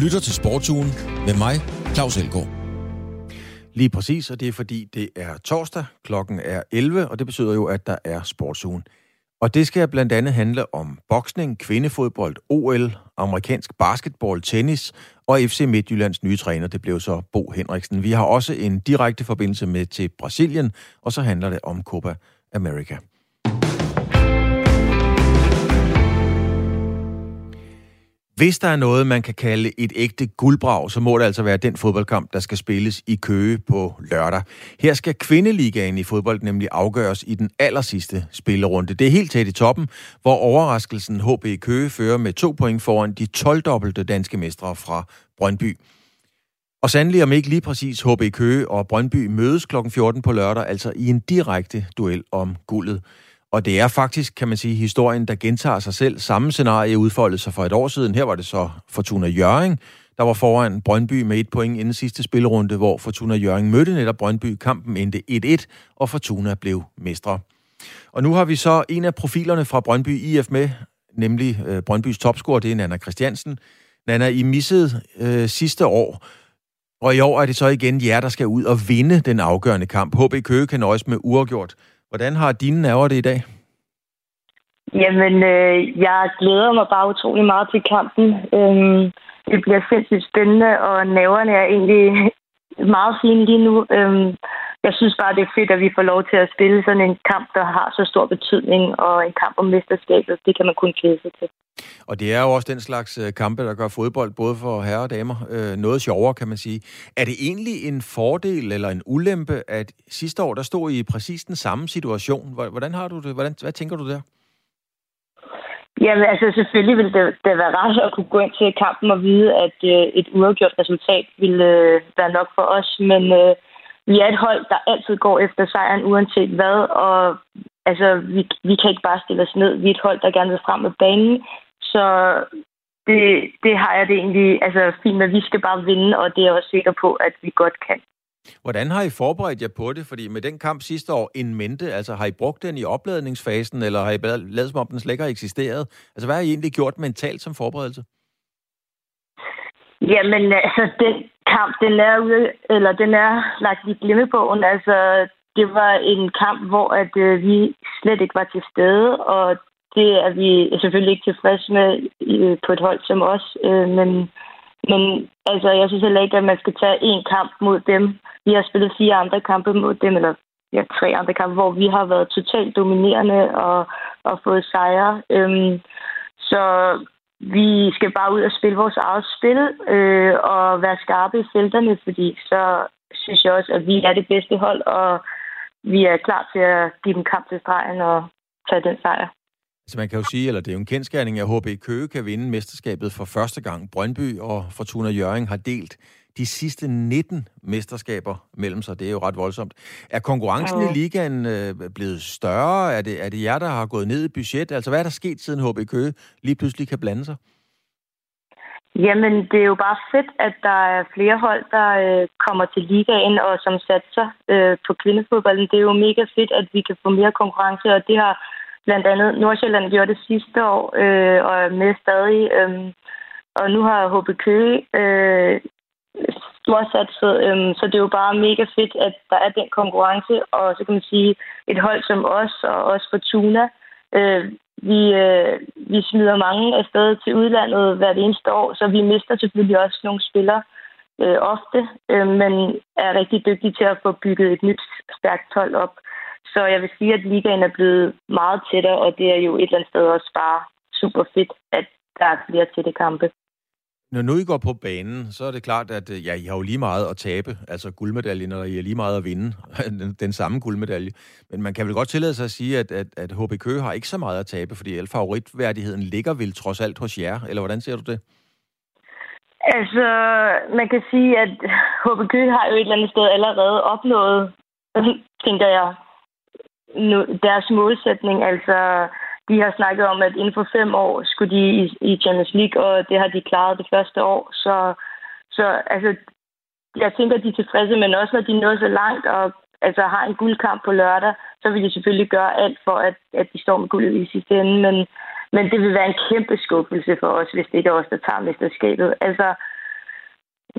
lytter til Sportsugen med mig, Claus Elgaard. Lige præcis, og det er fordi, det er torsdag, klokken er 11, og det betyder jo, at der er Sportsugen. Og det skal blandt andet handle om boksning, kvindefodbold, OL, amerikansk basketball, tennis og FC Midtjyllands nye træner, det blev så Bo Henriksen. Vi har også en direkte forbindelse med til Brasilien, og så handler det om Copa America. Hvis der er noget, man kan kalde et ægte guldbrag, så må det altså være den fodboldkamp, der skal spilles i Køge på lørdag. Her skal kvindeligaen i fodbold nemlig afgøres i den allersidste spillerunde. Det er helt tæt i toppen, hvor overraskelsen HB Køge fører med 2 point foran de 12-dobbelte danske mestre fra Brøndby. Og sandelig om ikke lige præcis HB Køge og Brøndby mødes kl. 14 på lørdag, altså i en direkte duel om guldet. Og det er faktisk, kan man sige, historien, der gentager sig selv. Samme scenarie udfoldede sig for et år siden. Her var det så Fortuna Hjørring, der var foran Brøndby med 1 point inden sidste spillerunde, hvor Fortuna Hjørring mødte netop Brøndby. Kampen endte 1-1, og Fortuna blev mestre. Og nu har vi så en af profilerne fra Brøndby IF med, nemlig Brøndbys topscorer, det er Nanna Christiansen. Nanna, I missede sidste år, og i år er det så igen jer, der skal ud og vinde den afgørende kamp. HB Køge kan nøjes med uafgjort. Hvordan har dine nerver det i dag? Jamen, jeg glæder mig bare utrolig meget til kampen. Det bliver sindssygt spændende, og nerverne er egentlig meget fine lige nu. Jeg synes bare, det er fedt, at vi får lov til at spille sådan en kamp, der har så stor betydning, og en kamp om mesterskabet. Det kan man kun glæde sig til. Og det er jo også den slags kampe, der gør fodbold, både for herrer og damer, noget sjovere, kan man sige. Er det egentlig en fordel eller en ulempe, at sidste år, der stod I præcis den samme situation? Hvordan har du det? Hvad tænker du der? Jamen, altså selvfølgelig ville det være rart at kunne gå ind til kampen og vide, at et uafgjort resultat ville være nok for os, men vi er et hold, der altid går efter sejren, uanset hvad, og altså, vi kan ikke bare stille os ned. Vi er et hold, der gerne vil frem med banen, så det har jeg det egentlig fint med. Vi skal bare vinde, og det er jeg også sikker på, at vi godt kan. Hvordan har I forberedt jer på det? Fordi med den kamp sidste år in mente, altså har I brugt den i opladningsfasen, eller har I lavet som om den slet ikke har eksisteret? Altså hvad har I egentlig gjort mentalt som forberedelse? Jamen altså, den kamp, den er lagt i glemmebogen. Altså, det var en kamp, hvor vi slet ikke var til stede, og det er vi selvfølgelig ikke tilfredse med på et hold som os. Men altså, jeg synes heller ikke, at man skal tage én kamp mod dem. Vi har spillet 4 andre kampe mod dem, eller 3 andre kampe, hvor vi har været totalt dominerende og fået sejre. Så vi skal bare ud og spille vores eget spil og være skarpe i felterne, fordi så synes jeg også, at vi er det bedste hold, og vi er klar til at give dem kamp til stregen og tage den sejr. Så man kan jo sige, eller det er jo en kendsgerning, at HB Køge kan vinde mesterskabet for første gang. Brøndby og Fortuna Hjørring har delt de sidste 19 mesterskaber mellem sig. Det er jo ret voldsomt. Er konkurrencen i ligaen blevet større? Er det jer, der har gået ned i budget? Altså, hvad er der sket, siden HB Køge lige pludselig kan blande sig? Jamen, det er jo bare fedt, at der er flere hold, der kommer til ligaen og som satser på kvindefodbolden. Det er jo mega fedt, at vi kan få mere konkurrence, og det har blandt andet Nordsjælland gjorde det sidste år og er med stadig. Og nu har HB Køge storsatset, så det er jo bare mega fedt, at der er den konkurrence. Og så kan man sige, et hold som os og også Fortuna, vi smider mange afsted til udlandet hvert eneste år, så vi mister selvfølgelig også nogle spillere ofte, men er rigtig dygtige til at få bygget et nyt stærkt hold op. Så jeg vil sige, at ligaen er blevet meget tættere, og det er jo et eller andet sted også bare super fedt, at der er flere tætte kampe. Når nu I går på banen, så er det klart, at I har jo lige meget at tabe, altså guldmedaljen, og I har lige meget at vinde den samme guldmedalje. Men man kan vel godt tillade sig at sige, at HB Køge har ikke så meget at tabe, fordi al favoritværdigheden ligger vel trods alt hos jer, eller hvordan ser du det? Altså, man kan sige, at HB Køge har jo et eller andet sted allerede opnået, tænker jeg, deres målsætning. Altså, de har snakket om, at inden for 5 år skulle de i Champions League, og det har de klaret det første år. Så altså, jeg tænker, at de er tilfredse, men også når de nåede så langt og altså, har en guldkamp på lørdag, så vil de selvfølgelig gøre alt for, at de står med guldet i sidste ende. Men det vil være en kæmpe skuffelse for os, hvis det ikke er os, der tager mesterskabet. Altså,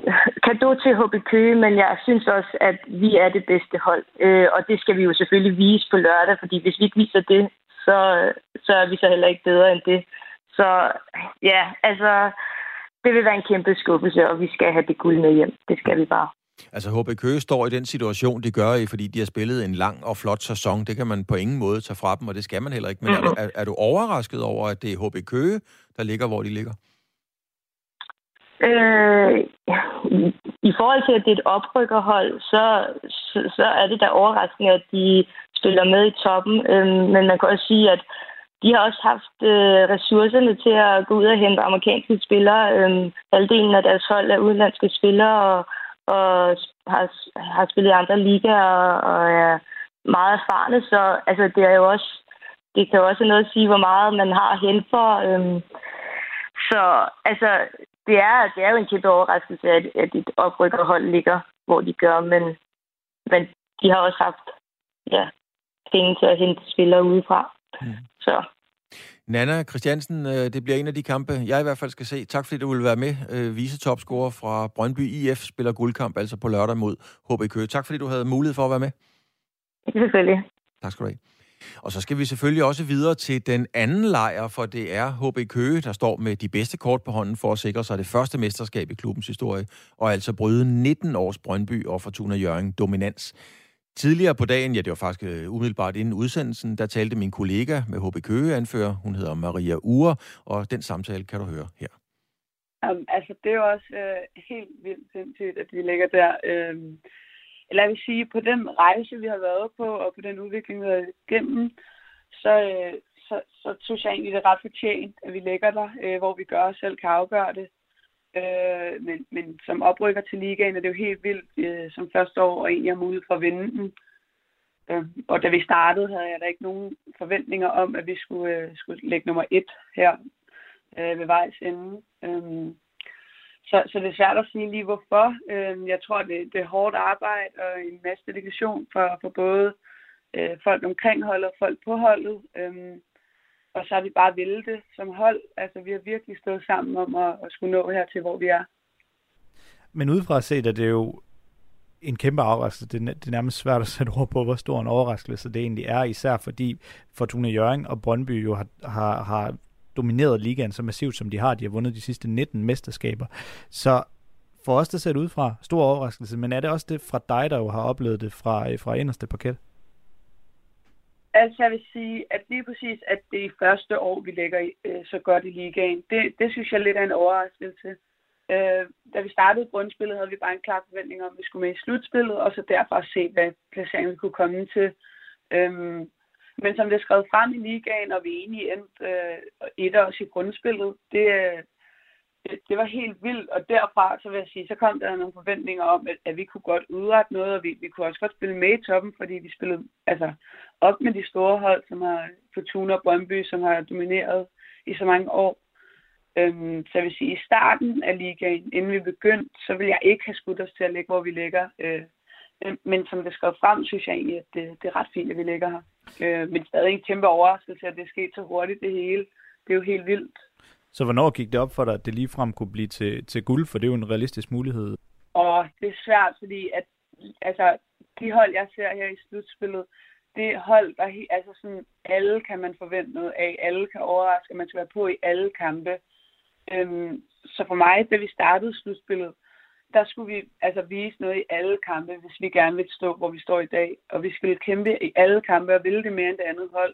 cadeau til HB Køge, men jeg synes også, at vi er det bedste hold. Og det skal vi jo selvfølgelig vise på lørdag, fordi hvis vi ikke viser det, så er vi så heller ikke bedre end det. Så ja, altså, det vil være en kæmpe skuffelse, og vi skal have det guld med hjem. Det skal vi bare. Altså HB Køge står i den situation, de gør i, fordi de har spillet en lang og flot sæson. Det kan man på ingen måde tage fra dem, og det skal man heller ikke. Men er du overrasket over, at det er HB Køge, der ligger, hvor de ligger? I forhold til, at det er et oprykkerhold, så er det da overraskende, at de spiller med i toppen. Men man kan også sige, at de har også haft ressourcerne til at gå ud og hente amerikanske spillere. Halvdelen af deres hold er udenlandske spillere, og har spillet i andre ligaer og er meget erfarne. Så altså, det kan jo også noget at sige, hvor meget man har at hente for. Så altså, det er jo en kæmpe overraskelse, at et oprykkerhold ligger, hvor de gør, men de har også haft penge til at hente spillere udefra. Så. Nanna Christiansen, det bliver en af de kampe, jeg i hvert fald skal se. Tak fordi du vil være med. Vice-topscorer fra Brøndby IF spiller guldkamp, altså på lørdag mod HB Køge. Tak fordi du havde mulighed for at være med. Selvfølgelig. Tak skal du have. Og så skal vi selvfølgelig også videre til den anden lejr, for det er HB Køge, der står med de bedste kort på hånden for at sikre sig det første mesterskab i klubbens historie, og altså bryde 19 års Brøndby og Fortuna Hjørring dominans. Tidligere på dagen, det var faktisk umiddelbart inden udsendelsen, der talte min kollega med HB Køge-anfører. Hun hedder Maria Ure, og den samtale kan du høre her. Altså, det er jo også helt vildt sindssygt, at vi ligger der. Eller jeg vil sige, på den rejse, vi har været på, og på den udvikling, vi har været igennem, så synes jeg egentlig, det er ret fortjent, at vi ligger der, hvor vi gør og selv kan afgøre det. Men som oprykker til ligaen, er det jo helt vildt som første år, og egentlig har mulighed for at vinde den. Og da vi startede, havde jeg da ikke nogen forventninger om, at vi skulle lægge nummer 1 her ved vejs ende. Så det er svært at sige lige hvorfor. Jeg tror, det er hårdt arbejde og en masse dedikation for både folk omkring holdet og folk på holdet. Og så har vi bare ville det som hold. Altså, vi har virkelig stået sammen om at skulle nå her til, hvor vi er. Men udefra set er det jo en kæmpe overraskelse. Det er nærmest svært at sætte ord på, hvor stor en overraskelse det egentlig er, især fordi Fortuna Hjørring og Brøndby jo har domineret ligaen så massivt, som de har. De har vundet de sidste 19 mesterskaber. Så for os, der ser det ud fra stor overraskelse, men er det også det fra dig, der jo har oplevet det fra inderste parket? Altså, jeg vil sige, at lige præcis, at det er første år, vi ligger i så godt i ligaen, det synes jeg lidt er en overraskelse. Da vi startede grundspillet, havde vi bare en klar forventning om, at vi skulle med i slutspillet, og så derfor at se, hvad placeringen vi kunne komme til. Men som det er skrevet frem i ligaen, og vi egentlig endte også i grundspillet, det var helt vildt, og derfra, så vil jeg sige, så kom der nogle forventninger om, at vi kunne godt udrette noget, og vi kunne også godt spille med i toppen, fordi vi spillede op med de store hold, som har Fortuna og Brøndby, som har domineret i så mange år. Så jeg vil sige, i starten af ligaen, inden vi begyndte, så vil jeg ikke have skudt os til at ligge, hvor vi ligger. Men som det skrev frem, synes jeg egentlig, at det er ret fint, at vi ligger her. Men stadig en kæmpe overraskelse, at det er sket så hurtigt det hele. Det er jo helt vildt. Så hvornår gik det op for dig, at det ligefrem kunne blive til guld? For det er jo en realistisk mulighed. Og det er svært, fordi at, altså, de hold, jeg ser her i slutspillet, det hold, der sådan, alle kan man forvente noget af. Alle kan overraske, man skal være på i alle kampe. Så for mig, da vi startede slutspillet, der skulle vi vise noget i alle kampe, hvis vi gerne vil stå, hvor vi står i dag. Og vi skulle kæmpe i alle kampe og ville det mere end det andet hold.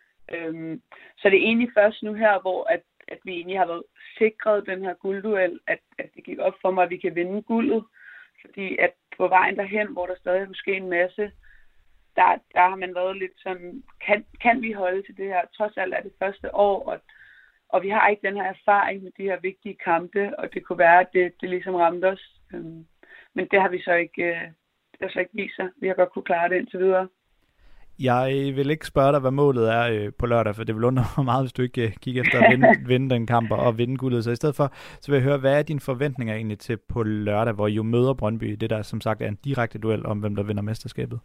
Så det er egentlig først nu her, hvor at vi egentlig har været sikret den her guldduel, at det gik op for mig, at vi kan vinde guldet. Fordi at på vejen derhen, hvor der stadig måske en masse, der har man været lidt sådan, kan vi holde til det her? Trods alt er det første år, og vi har ikke den her erfaring med de her vigtige kampe, og det kunne være, at det ligesom ramte os. Men det har vi så ikke, vist sig. Vi har godt kunne klare det indtil videre. Jeg vil ikke spørge dig, hvad målet er på lørdag, for det vil undre mig meget, hvis du ikke kigger efter at vinde den kamp og vinde guldet. Så i stedet for, så vil jeg høre, hvad er dine forventninger egentlig til på lørdag, hvor I jo møder Brøndby, det der som sagt er en direkte duel om, hvem der vinder mesterskabet?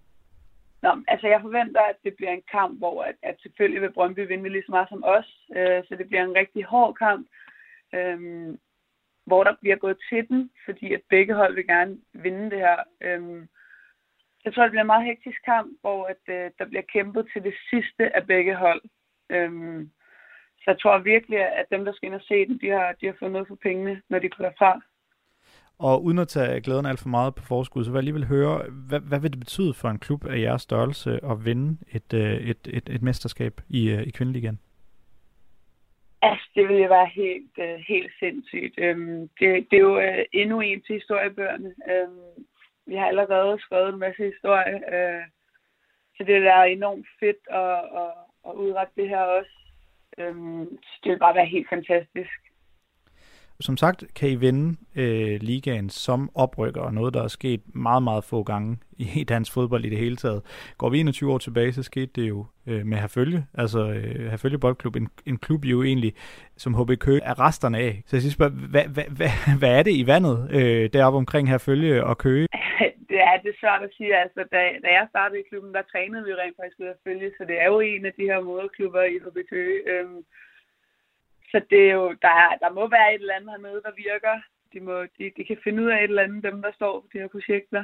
Jeg forventer, at det bliver en kamp, hvor at selvfølgelig vil Brøndby vinde lige så meget som os, så det bliver en rigtig hård kamp. hvor der bliver gået til den, fordi at begge hold vil gerne vinde det her. Jeg tror, det bliver en meget hektisk kamp, hvor at, der bliver kæmpet til det sidste af begge hold. Så jeg tror virkelig, at dem, der skal ind og se den, de har fået noget for pengene, når de går derfra. Og uden at tage glæden alt for meget på forskud, så vil jeg alligevel høre, hvad vil det betyde for en klub af jeres størrelse at vinde et mesterskab i kvindeligaen? Altså, det vil jo være helt sindssygt. Det er jo endnu en til historiebøgerne. Vi har allerede skrevet en masse historie, så det er enormt fedt at udrette det her også. Det vil bare være helt fantastisk. Som sagt kan I vinde ligaen som oprykker, og noget, der er sket meget, meget få gange i dansk fodbold i det hele taget. Går vi 21 år tilbage, så skete det jo med Herfølge, altså Herfølge Boldklub, en klub jo egentlig, som HB Køge er resterne af. Så jeg synes bare, hvad er det i vandet deroppe omkring Herfølge og Køge? Det er svært at sige. Altså, da jeg startede i klubben, der trænede vi rent faktisk ved Herfølge, så det er jo en af de her moderklubber i HB Køge. Så det er jo, der må være et eller andet hernede, der virker. De kan finde ud af et eller andet, dem der står på de her projekter.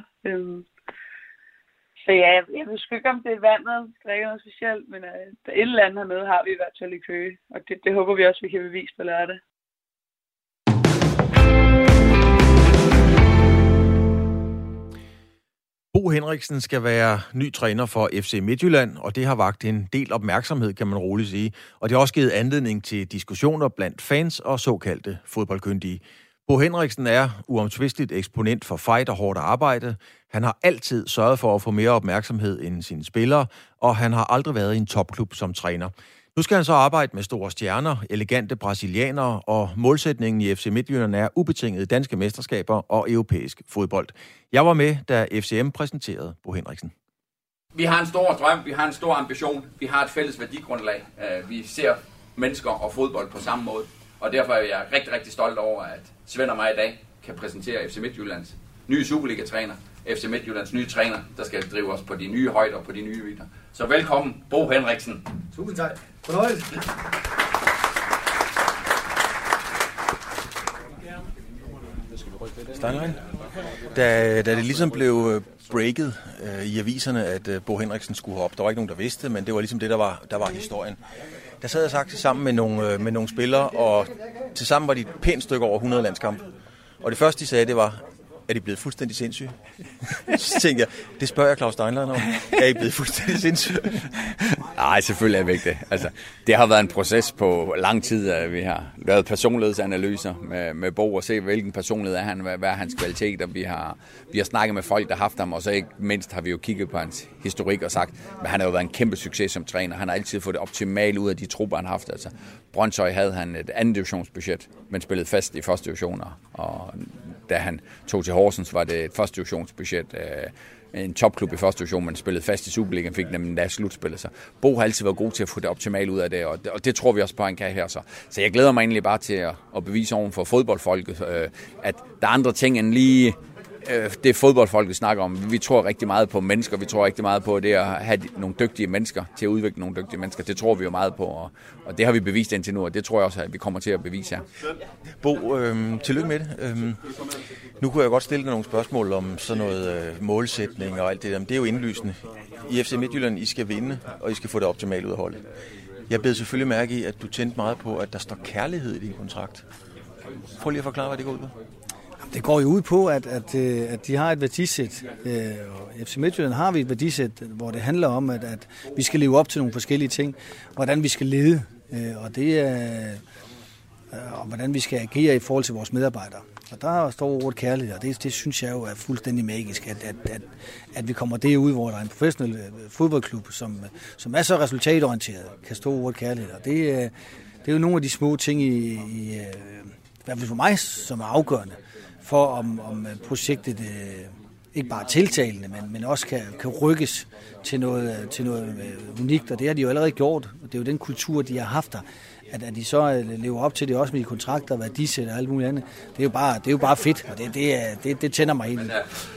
Så ja, jeg ved sgu ikke, om det er vandet, der er ikke noget specielt, men et eller andet hernede har vi i hvert fald i Køge. Og det håber vi også, vi kan bevise på lørdag. Bo Henriksen skal være ny træner for FC Midtjylland, og det har vakt en del opmærksomhed, kan man roligt sige. Og det har også givet anledning til diskussioner blandt fans og såkaldte fodboldkyndige. Bo Henriksen er uomtvisteligt eksponent for fight og hårdt arbejde. Han har altid sørget for at få mere opmærksomhed end sine spillere, og han har aldrig været i en topklub som træner. Nu skal han så arbejde med store stjerner, elegante brasilianere, og målsætningen i FC Midtjylland er ubetingede danske mesterskaber og europæisk fodbold. Jeg var med, da FCM præsenterede Bo Henriksen. Vi har en stor drøm, vi har en stor ambition, vi har et fælles værdigrundlag. Vi ser mennesker og fodbold på samme måde, og derfor er jeg rigtig, rigtig stolt over, at Svend og mig i dag kan præsentere FC Midtjyllands nye Superliga-træner, FC Midtjyllands nye træner, der skal drive os på de nye højder og på de nye vidder. Så velkommen, Bo Henriksen. Tusind tak. Fornøjelse. Steinlein. Da det ligesom blev breaket i aviserne, at Bo Henriksen skulle op, der var ikke nogen, der vidste, men det var ligesom det, der var historien. Der sad jeg sagt sammen med nogle spillere, og tilsammen var de et pænt stykke over 100 landskampe. Og det første, de sagde, det var, er de blevet fuldstændig sindssyge? Så tænkte jeg, det spørger jeg Claus Steinlein om. Er I blevet fuldstændig sindssyge? Nej, selvfølgelig er vi ikke det. Altså, det har været en proces på lang tid, at vi har lavet personlighedsanalyser med Bo og se, hvilken personlighed er han, hvad er hans kvaliteter. Vi har snakket med folk, der har haft ham, og så ikke mindst har vi jo kigget på hans historik og sagt, at han har jo været en kæmpe succes som træner. Han har altid fået det optimale ud af de trupper, han har haft. Altså, Brøndshøj havde han et andet divisionsbudget, men spillede fast i første divisioner, og da han tog til Horsens, var det et første divisionsbudget, en topklub i første division, men spillede fast i Superligaen, fik nemlig deres slutspil. Så Bo har altid været god til at få det optimale ud af det, og det tror vi også på, han kan her. Så jeg glæder mig egentlig bare til at bevise oven for fodboldfolket, at der er andre ting end lige det fodboldfolket snakker om. Vi tror rigtig meget på mennesker, vi tror rigtig meget på det at have nogle dygtige mennesker, til at udvikle nogle dygtige mennesker. Det tror vi jo meget på, og det har vi bevist indtil nu, og det tror jeg også, at vi kommer til at bevise her. Bo, tillykke med det. Nu kunne jeg godt stille dig nogle spørgsmål om sådan noget målsætning og alt det der, men det er jo indlysende. I FC Midtjylland, I skal vinde, og I skal få det optimalt ud af holdet. Jeg bed selvfølgelig mærke i, at du tændte meget på, at der står kærlighed i din kontrakt. Prøv lige at forklare, hvad det går ud på. Det går jo ud på, at de har et værdisæt. Og FC Midtjylland har vi et værdisæt, hvor det handler om, at vi skal leve op til nogle forskellige ting. Hvordan vi skal lede, og det er, og hvordan vi skal agere i forhold til vores medarbejdere. Og der står ordet kærlighed, og det synes jeg jo er fuldstændig magisk, at vi kommer derud, hvor der er en professionel fodboldklub, som er så resultatorienteret, kan stå ordet kærlighed. Og det er jo nogle af de små ting i hvert fald for mig, som er afgørende for, om projektet ikke bare tiltalende, men også kan rykkes til noget unikt, og det har de jo allerede gjort. Det er jo den kultur, de har haft der. At de så lever op til det også med de kontrakter, værdisæt og alt muligt andet. Det er jo bare fedt, og det tænder mig helt.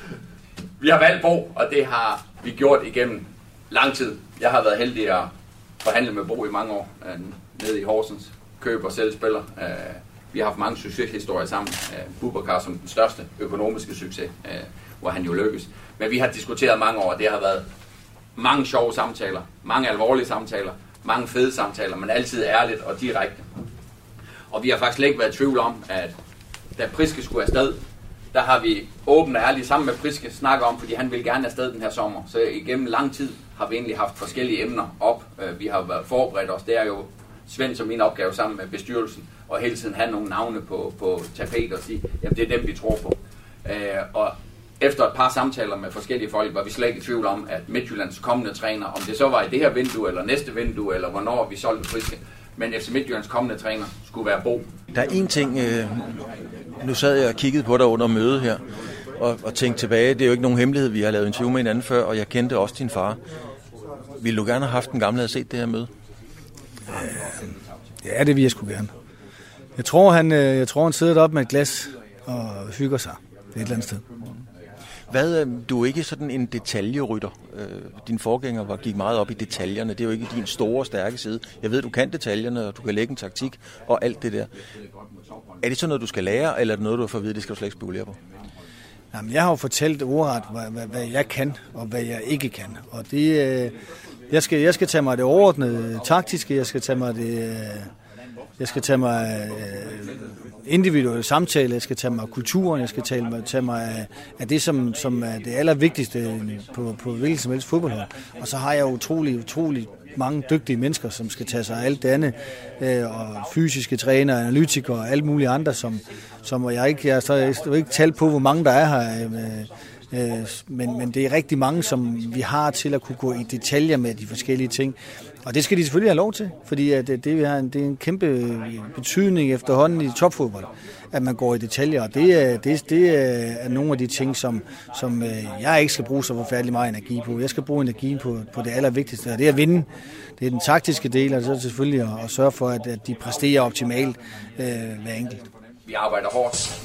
Vi har valgt Bo, og det har vi gjort igennem lang tid. Jeg har været heldig at forhandle med Bo i mange år, nede i Horsens, køb og sælge spiller. Vi har haft mange succeshistorier sammen. Boubacar som den største økonomiske succes, hvor han jo lykkes. Men vi har diskuteret mange år, det har været mange sjove samtaler, mange alvorlige samtaler, mange fede samtaler, men altid ærligt og direkte. Og vi har faktisk slet ikke været i tvivl om, at da Priske skulle afsted, der har vi åbent og ærligt sammen med Priske snakket om, fordi han vil gerne afsted den her sommer. Så igennem lang tid har vi egentlig haft forskellige emner op. Vi har været forberedt os. Det er jo Svend som min opgave sammen med bestyrelsen, og hele tiden have nogle navne på tapet og sige, jamen det er dem, vi tror på. Og efter et par samtaler med forskellige folk, var vi slet ikke i tvivl om, at Midtjyllands kommende træner, om det så var i det her vindue, eller næste vindue, eller hvornår vi solgte Priske, men FC Midtjyllands kommende træner skulle være Bo. Der er en ting, nu sad jeg og kiggede på dig under mødet her, og tænkte tilbage, det er jo ikke nogen hemmelighed, vi har lavet interview med hinanden før, og jeg kendte også din far. Ville du gerne have haft den gamle at set det her møde? Ja, det vil jeg sgu gerne. Jeg tror, han sidder deroppe med et glas og hygger sig et eller andet sted. Du er ikke sådan en detaljerytter. Din forgænger gik meget op i detaljerne. Det er jo ikke din store, stærke side. Jeg ved, du kan detaljerne, og du kan lægge en taktik og alt det der. Er det sådan noget, du skal lære, eller er det noget, du har fået at vide, det skal du slet ikke spekulere på? Jamen, jeg har jo fortalt ordret, hvad jeg kan, og hvad jeg ikke kan. Og det, jeg skal tage mig det overordnede taktiske, jeg skal tage mig individuelle samtale, jeg skal tage mig kulturen, jeg skal tage mig af det, som er det allervigtigste på hvilket som helst fodboldhold. Og så har jeg utrolig mange dygtige mennesker, som skal tage sig af alt det andet, og fysiske trænere, analytikere og alt muligt andre, som jeg ikke tale på, hvor mange der er her, men det er rigtig mange, som vi har til at kunne gå i detaljer med de forskellige ting. Og det skal de selvfølgelig have lov til, fordi det er en kæmpe betydning efterhånden i topfodbold, at man går i detaljer. Og det er nogle af de ting, som jeg ikke skal bruge så forfærdelig meget energi på. Jeg skal bruge energien på det allervigtigste, og det er at vinde. Det er den taktiske del, og så er det selvfølgelig at sørge for, at de præsterer optimalt hver enkelt. Vi arbejder hårdt.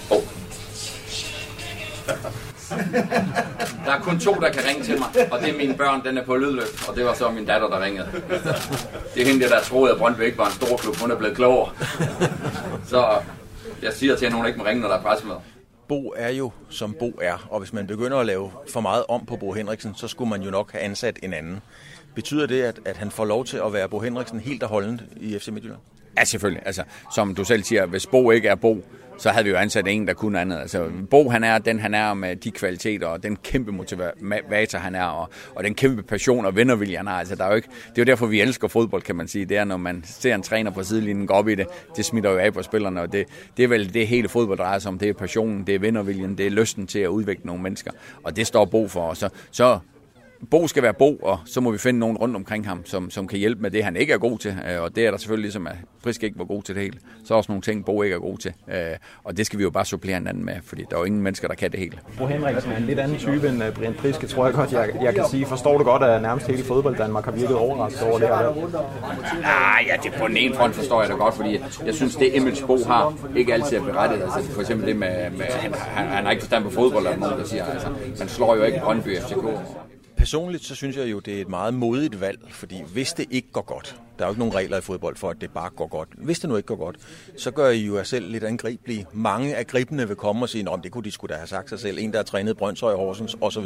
Der er kun 2, der kan ringe til mig, og det er mine børn, den er på lydløs, og det var så min datter, der ringede. Det er hende, der troede, at Brøndby ikke var en stor klub, hun er blevet klogere. Så jeg siger til hende, hun ikke må ringe, når der er pressemøder. Bo er jo, som Bo er, og hvis man begynder at lave for meget om på Bo Henriksen, så skulle man jo nok have ansat en anden. Betyder det, at han får lov til at være Bo Henriksen helt og holdent i FC Midtjylland? Ja, selvfølgelig. Altså, som du selv siger, hvis Bo ikke er Bo, så havde vi jo ansat en, der kunne andet. Altså, Bo, han er den, han er med de kvaliteter, og den kæmpe motivator, han er, og den kæmpe passion og vindervilje, han har. Altså, der er jo ikke, det er jo derfor, vi elsker fodbold, kan man sige. Det er, når man ser en træner på sidelinjen gå op i det, det smitter jo af på spillerne, og det er vel det hele fodbold drejer sig om. Det er passionen, det er vinderviljen, det er lysten til at udvikle nogle mennesker, og det står Bo for. Og så Bo skal være Bo, og så må vi finde nogen rundt omkring ham, som kan hjælpe med det, han ikke er god til. Og det er der selvfølgelig ligesom, at Priske ikke var god til det hele. Så er også nogle ting, Bo ikke er god til. Og det skal vi jo bare supplere hinanden med, fordi der er jo ingen mennesker, der kan det hele. Bo Henriksen er en lidt anden type end Brian Priske, tror jeg godt, jeg kan sige. Forstår du godt, at nærmest hele fodbold Danmark har virket overrasket over det her? Ja, det på den ene front forstår jeg det godt, fordi jeg synes, det image Bo har ikke altid er berettiget. Altså for eksempel det med han har ikke forstand på fodbold, eller nogen, der siger, altså, man slår jo ikke Brøndby FCK. Personligt så synes jeg jo, det er et meget modigt valg, fordi hvis det ikke går godt, der er jo ikke nogen regler i fodbold for, at det bare går godt. Hvis det nu ikke går godt, så gør I jo jer selv lidt angribelige. Mange af gribene vil komme og sige, det kunne de sgu da have sagt sig selv. En, der har trænet Brøndshøj, Horsens osv.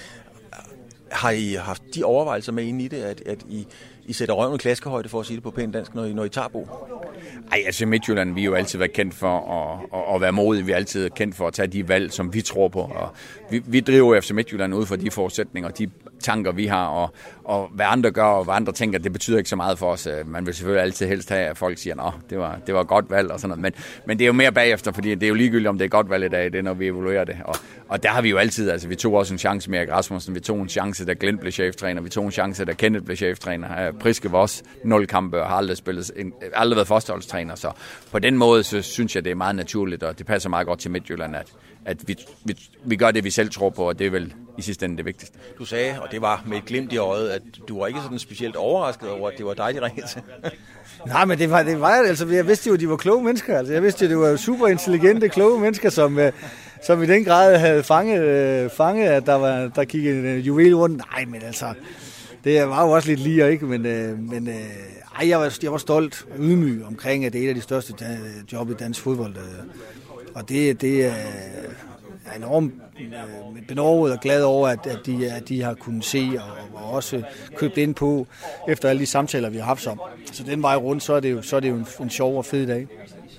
Har I haft de overvejelser med inde i det, at I sætter røven i klaskehøjde, for at sige det på pænt dansk, når I tager Bo? Ej, altså Midtjylland, vi har jo altid været kendt for at være modige. Vi er altid kendt for at tage de valg, som vi tror på. Og vi driver FC Midtjylland ud fra de forudsætninger og de tanker, vi har. Og hvad andre gør, og hvad andre tænker, det betyder ikke så meget for os. Man vil selvfølgelig altid helst have, at folk siger, det var et godt valg og sådan noget. Men det er jo mere bagefter, fordi det er jo ligegyldigt, om det er et godt valg i dag, det er, når vi evaluerer det. Og der har vi jo altid, altså vi tog også en chance med Erik Rasmussen, vi tog en chance, da Glint blev cheftræner, vi tog en chance, da Kenneth blev cheftræner. Priske var også 0 kampe og har aldrig været førsteholdstræner, så på den måde, så synes jeg, det er meget naturligt, og det passer meget godt til Midtjylland, at vi gør det, vi selv tror på, og det er vel i sidste ende det vigtigste. Du sagde, og det var med et glimt i øjet, at du var ikke sådan specielt overrasket over, at det var dig, de ringede til. Nej, men det var altså, jeg vidste jo, at de var kloge mennesker. Altså, jeg vidste jo, at det var super intelligente, kloge mennesker, som i den grad havde fanget at der gik en juvel rundt. Nej, men altså, det var jo også lidt lige, ikke? Men Jeg var stolt og ydmyg omkring, at det er et af de største job i dansk fodbold. Og det er enormt benovet og glad over, at de har kunnet se og også købt ind på, efter alle de samtaler, vi har haft om. Så den vej rundt, så er det jo en sjov og fed dag.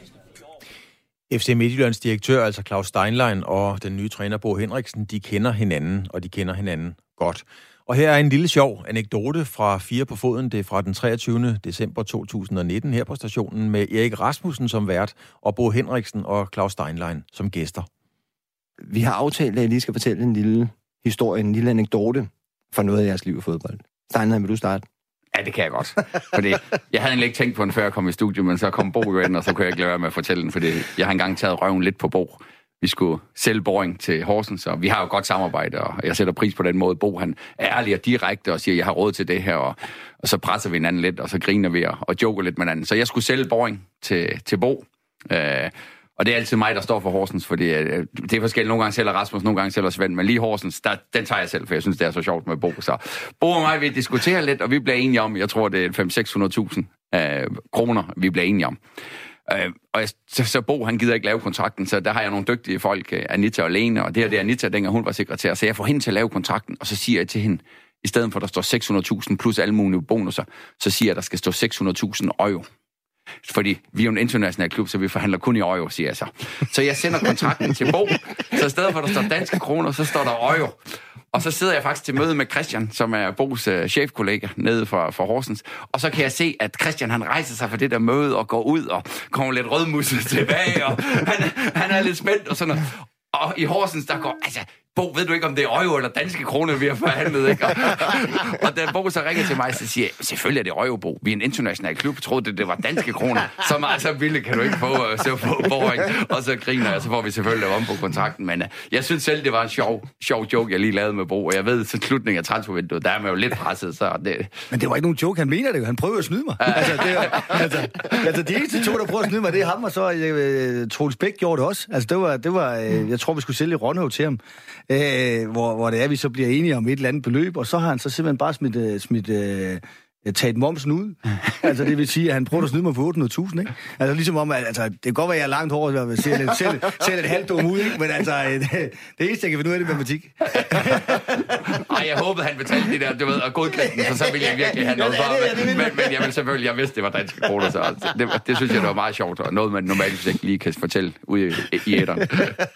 FC Midtjyllands direktør, altså Claus Steinlein, og den nye træner Bo Henriksen, de kender hinanden, og de kender hinanden godt. Og her er en lille sjov anekdote fra 4 på foden. Det er fra den 23. december 2019 her på stationen med Erik Rasmussen som vært, og Bo Henriksen og Claus Steinlein som gæster. Vi har aftalt, at jeg lige skal fortælle en lille historie, en lille anekdote fra noget af jeres liv i fodbold. Steinlein, vil du starte? Ja, det kan jeg godt. Fordi jeg havde egentlig ikke tænkt på den, før jeg kom i studiet, men så kom Bo jo ind, og så kunne jeg ikke lade være med at fortælle den, fordi jeg har engang taget røven lidt på Bo. Vi skulle sælge Boring til Horsens, og vi har jo godt samarbejde, og jeg sætter pris på den måde. Bo, han er ærlig og direkte og siger, jeg har råd til det her, og så presser vi hinanden lidt, og så griner vi og joker lidt med hinanden. Så jeg skulle sælge Boring til Bo, og det er altid mig, der står for Horsens, fordi det er forskelligt. Nogle gange sælger Rasmus, nogle gange sælger Svend, men lige Horsens, den tager jeg selv, for jeg synes, det er så sjovt med Bo. Så Bo og mig, vi diskuterer lidt, og vi bliver enige om, jeg tror, det er 500-600.000 kroner, vi bliver enige om. Så Bo, han gider ikke lave kontrakten, så der har jeg nogle dygtige folk, Anita og Lene, og det er Anita, dengang hun var sekretær, så jeg får hende til at lave kontrakten, og så siger jeg til hende, i stedet for, der står 600.000 plus alle mulige bonusser, så siger jeg, der skal stå 600.000 euro. Fordi vi er jo en international klub, så vi forhandler kun i euro, siger jeg så. Så jeg sender kontrakten til Bo, så i stedet for, der står danske kroner, så står der euro. Og så sidder jeg faktisk til møde med Christian, som er Bos chefkollega nede for Horsens. Og så kan jeg se, at Christian han rejser sig fra det der møde og går ud og kommer lidt rødmusset tilbage. Og han er lidt spændt og sådan noget. Og i Horsens, der går... Altså, Bo, ved du ikke, om det er euro eller danske kroner, vi har forhandlet, ikke? Og da Bo så ringer til mig, så siger jeg, selvfølgelig er det euro, Bo. Vi er en international klub, troede det var danske kroner. Så meget så billigt kan du ikke få Boring. Og så griner jeg, så får vi selvfølgelig om på kontrakten. Men jeg synes selv, det var en sjov joke, jeg lige lavede med Bo. Og jeg ved, til slutningen af transfervinduet, der er man jo lidt presset. Så det... Men det var ikke nogen joke, han mener det jo. Han prøver at snyde mig. Altså, de eneste 2, der prøver at snyde mig, det er ham, og så Troels Bæk gjorde det også. Altså, det var jeg tror, vi skulle sælge Rønhøv til ham. Hvor det er, vi så bliver enige om et eller andet beløb, og så har han så simpelthen bare taget momsen ud. Altså, det vil sige, at han prøver at snyde mig på 800.000, ikke? Altså, ligesom om, altså, det kan godt være, at jeg er langt hårdt, og ser lidt halvt dum ud, ikke? Men altså, det eneste, jeg kan finde ud af, det er matematik. Ej, jeg håbede, han betalte det der, du ved, og godkendt, så ville jeg virkelig have noget for. Men jeg ville selvfølgelig, jeg vidste, det var danske kroner, så det synes jeg, det var meget sjovt, og noget, man normalt ikke lige kan fortælle ude i æteren.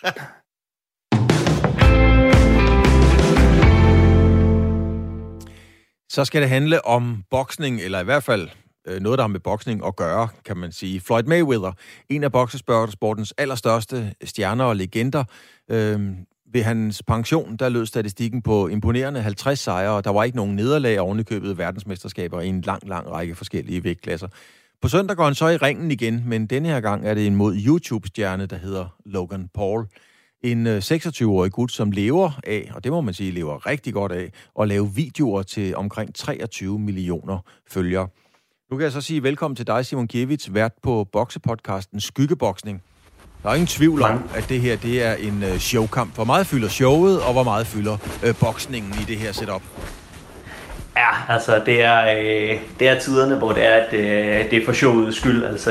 Så skal det handle om boksning, eller i hvert fald noget, der har med boksning at gøre, kan man sige. Floyd Mayweather, en af boksesportens allerstørste stjerner og legender. Ved hans pension, der lød statistikken på imponerende 50 sejre, og der var ikke nogen nederlag ovenikøbet verdensmesterskaber i en lang række forskellige vægtklasser. På søndag går han så i ringen igen, men denne her gang er det imod YouTube-stjerne, der hedder Logan Paul. En 26-årig gut, som lever af, og det må man sige, lever rigtig godt af, at lave videoer til omkring 23 millioner følgere. Nu kan jeg så sige velkommen til dig, Simon Kiewicz, vært på boksepodcasten Skyggeboksning. Der er ingen tvivl om, at det her det er en showkamp. Hvor meget fylder showet, og hvor meget fylder boksningen i det her setup? Ja, altså det er tiderne, hvor det er, at det er for showets skyld. Altså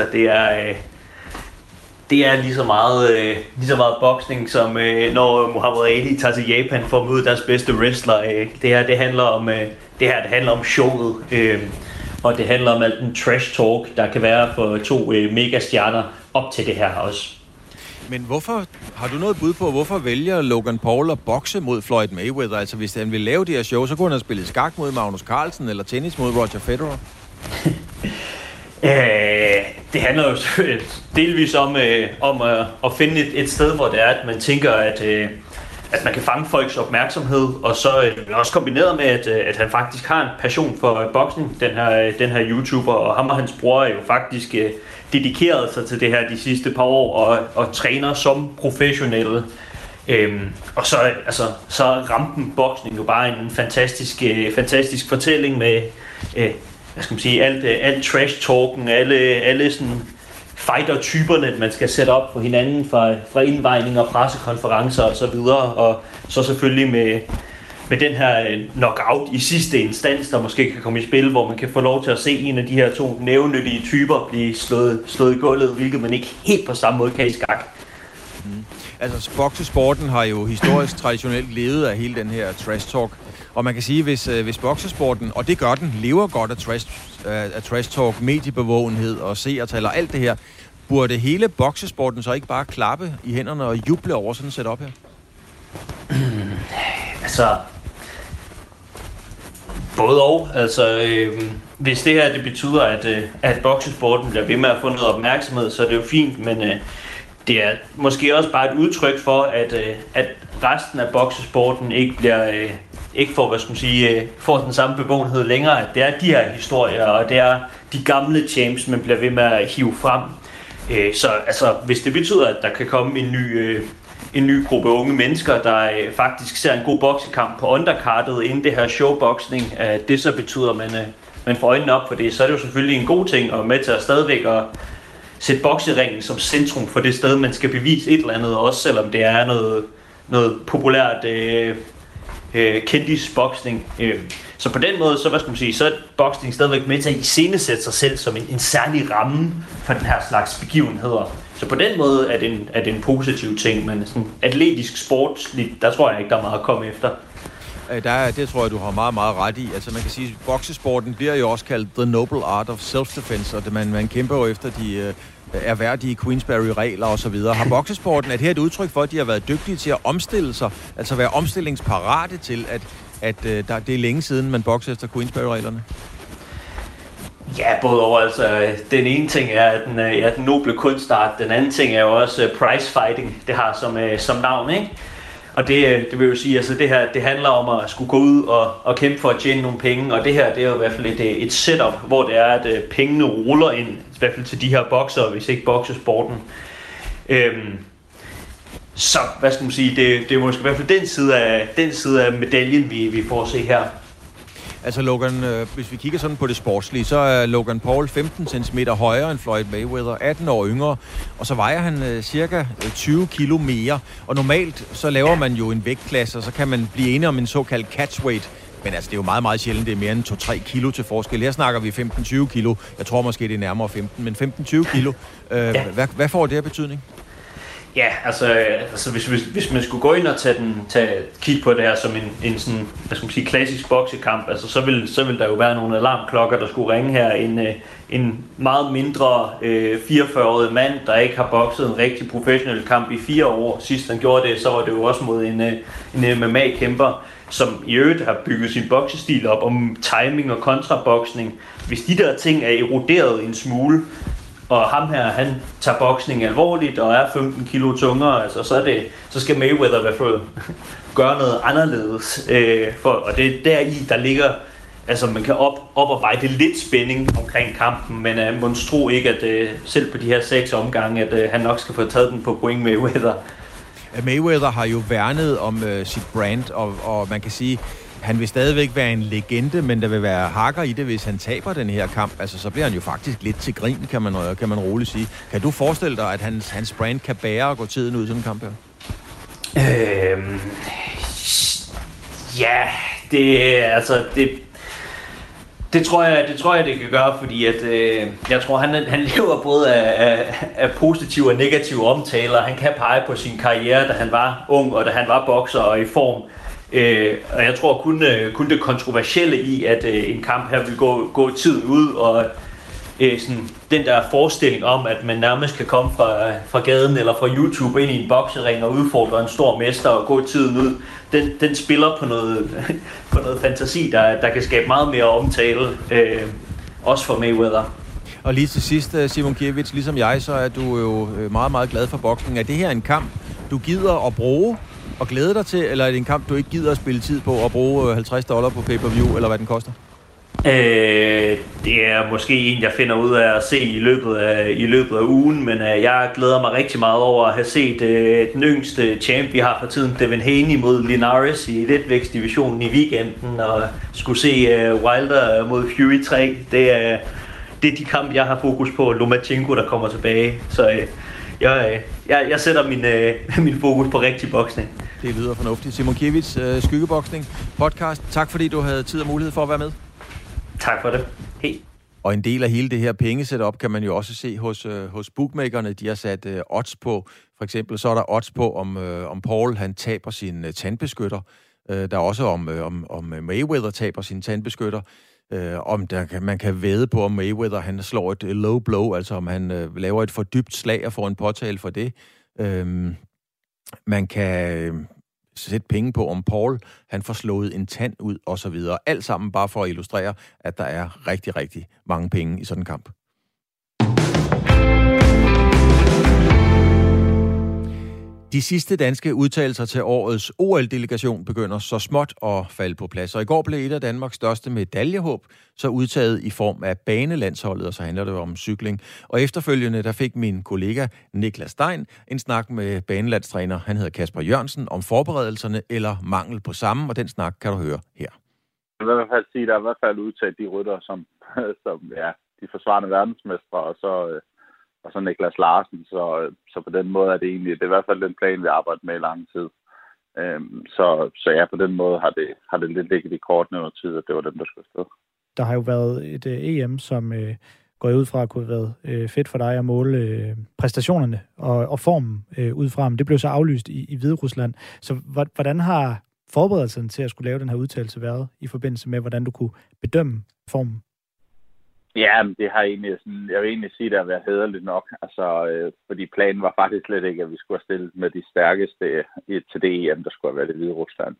det er lige så meget boksning, som når Muhammad Ali tager til Japan for at møde deres bedste wrestler. Det handler om showet, og det handler om alt den trash talk, der kan være for 2 megastjerner op til det her også. Men har du noget bud på, hvorfor vælger Logan Paul at bokse mod Floyd Mayweather? Altså hvis han vil lave det her show, så kunne han have spillet skak mod Magnus Carlsen, eller tennis mod Roger Federer? Det handler jo delvis om at finde et sted, hvor det er, at man tænker, at man kan fange folks opmærksomhed, og så også kombineret med, at han faktisk har en passion for boksning, den her YouTuber, og ham og hans bror er jo faktisk dedikeret sig til det her de sidste par år, og træner som professionelle. Og så rampen boksning jo bare en fantastisk fortælling med hvad skal man sige, alt trash-talken, alle sådan fighter-typerne, man skal sætte op for hinanden fra indvejninger, pressekonferencer og så videre, og så selvfølgelig den her knockout i sidste instans, der måske kan komme i spil, hvor man kan få lov til at se en af de her to nævnyttige typer blive slået i gulvet, hvilket man ikke helt på samme måde kan i skak. Altså, boksesporten har jo historisk traditionelt levet af hele den her trash talk. Og man kan sige, hvis boksesporten, og det gør den, lever godt af trash talk, mediebevågenhed og seertal og alt det her, burde hele boksesporten så ikke bare klappe i hænderne og juble over sådan et setup her? Altså, både og. Altså, hvis det her det betyder, at boksesporten bliver ved med at få noget opmærksomhed, så er det jo fint, men det er måske også bare et udtryk for, at resten af boksesporten ikke får, får den samme bevågenhed længere, at det er de her historier, og det er de gamle champs, man bliver ved med at hive frem. Så altså, hvis det betyder, at der kan komme en ny gruppe unge mennesker, der faktisk ser en god boksekamp på underkartet inden det her showboksning, at det så betyder, at man får øjnene op for det, så er det jo selvfølgelig en god ting, og med til at stadigvæk at sætte bokseringen som centrum for det sted, man skal bevise et eller andet, også selvom det er noget populært kendisboksning. Så på den måde, så er boksning stadigvæk med til at iscenesætte sig selv som en særlig ramme for den her slags begivenheder. Så på den måde er det en positiv ting, men sådan atletisk sportsligt, der tror jeg ikke, der er meget at komme efter. Det tror jeg, du har meget, meget ret i. Altså man kan sige, at boksesporten bliver jo også kaldt the noble art of self-defense, og man kæmper jo efter de erhverdige Queensberry-regler og så videre. Har boksesporten, at her et udtryk for, at de har været dygtige til at omstille sig, altså være omstillingsparate til, at det er længe siden, man bokser efter Queensberry-reglerne? Ja, både over. Altså, den ene ting er den noble kunstart, den anden ting er jo også prize fighting, det har som navn, ikke? Og det vil jo sige, altså det her, det handler om at skulle gå ud og kæmpe for at tjene nogle penge, og det her, det er jo i hvert fald et setup, hvor det er, at pengene ruller ind, i hvert fald til de her boksere, hvis ikke boksesporten. Så, hvad skal man sige, det er måske i hvert fald den side af medaljen, vi får at se her. Altså Logan, hvis vi kigger sådan på det sportslige, så er Logan Paul 15 cm højere end Floyd Mayweather, 18 år yngre, og så vejer han cirka 20 kilo mere. Og normalt så laver man jo en vægtklasse, og så kan man blive enige om en såkaldt catchweight. Men altså, det er jo meget, meget sjældent, det er mere end 2-3 kilo til forskel. Her snakker vi 15-20 kilo. Jeg tror måske, det er nærmere 15, men 15-20 kilo. Hvad får det her betydning? Ja, altså hvis man skulle gå ind og kigge på det her som en sådan, hvad skal man sige, klassisk boksekamp, altså så vil der jo være nogle alarmklokker, der skulle ringe her. En meget mindre 44-årig mand, der ikke har bokset en rigtig professionel kamp i 4 år. Sidst han gjorde det, så var det jo også mod en MMA-kæmper, som i øvrigt har bygget sin boksestil op om timing og kontraboksning. Hvis de der ting er eroderet en smule, og ham her, han tager boksning alvorligt og er 15 kilo tungere, altså så skal Mayweather i hvert fald gøre noget anderledes. Og det er deri, der ligger, altså man kan oparbejde lidt spænding omkring kampen, men man tror ikke, at selv på de her 6 omgange, at han nok skal få taget den på point Mayweather. Mayweather har jo værnet om sit brand, og man kan sige, han vil stadigvæk være en legende, men der vil være hakker i det, hvis han taber den her kamp. Altså, så bliver han jo faktisk lidt til grin, kan man roligt sige. Kan du forestille dig, at hans brand kan bære og gå tiden ud i sådan en kamp her? Ja, det tror jeg, det kan gøre, fordi at, jeg tror, han lever både af positive og negative omtaler. Han kan pege på sin karriere, da han var ung, og da han var bokser og i form. Og jeg tror kun det kontroversielle i, at en kamp her vil gå tiden ud, og sådan, den der forestilling om, at man nærmest kan komme fra gaden eller fra YouTube ind i en boksering og udfordre en stor mester og gå tiden ud, den spiller på noget fantasi, der kan skabe meget mere omtale, også for Mayweather. Og lige til sidst, Simon Kiewicz, ligesom jeg, så er du jo meget, meget glad for boksning. Er det her en kamp, du gider at bruge og glæde dig til, eller er det en kamp, du ikke gider at spille tid på og bruge $50 på pay-per-view, eller hvad den koster? Det er måske en, jeg finder ud af at se i løbet af ugen, men jeg glæder mig rigtig meget over at have set den yngste champ, vi har for tiden, Devin Haney mod Linares i letvægtsdivisionen i weekenden, og skulle se Wilder mod Fury 3. Det er de kampe, jeg har fokus på, Lomachenko, der kommer tilbage. Så jeg sætter min fokus på rigtig boksning. Det lyder fornuftigt. Simon Kiewicz, Skyggeboksning podcast. Tak fordi du havde tid og mulighed for at være med. Tak for det. Hej. Og en del af hele det her pengesetup kan man jo også se hos bookmakerne. De har sat odds på. For eksempel så er der odds på, om Paul han taber sin tandbeskytter. Der er også om Mayweather taber sin tandbeskytter. Man kan vædde på, om Mayweather han slår et low blow, altså om han laver et for dybt slag og får en påtale for det. Man kan sætte penge på, om Paul han får slået en tand ud, og så videre. Alt sammen bare for at illustrere, at der er rigtig, rigtig mange penge i sådan en kamp. De sidste danske udtalelser til årets OL-delegation begynder så småt at falde på plads. Og i går blev et af Danmarks største medaljehåb så udtaget i form af banelandsholdet, og så handler det om cykling. Og efterfølgende der fik min kollega Niklas Stein en snak med banelandstræner, han hedder Kasper Jørgensen, om forberedelserne eller mangel på samme, og den snak kan du høre her. Jeg vil i hvert fald sige, at der er i hvert fald udtaget de rytter, som de forsvarende verdensmestre, og så Niklas Larsen, så på den måde er det egentlig, det er i hvert fald den plan, vi arbejder med i lang tid. Så ja, på den måde har det lidt ligget i kortene over tid, at det var dem, der skulle afsted. Der har jo været et EM, som går ud fra at kunne have været fedt for dig at måle præstationerne og formen ud fra, men det blev så aflyst i Hviderusland. Så hvordan har forberedelsen til at skulle lave den her udtalelse været i forbindelse med, hvordan du kunne bedømme formen? Ja, det har egentlig sådan, jeg vil egentlig sige, at det har været hæderligt nok. Altså, fordi planen var faktisk slet ikke, at vi skulle have stillet med de stærkeste til det EM, der skulle have været i Hviderusland.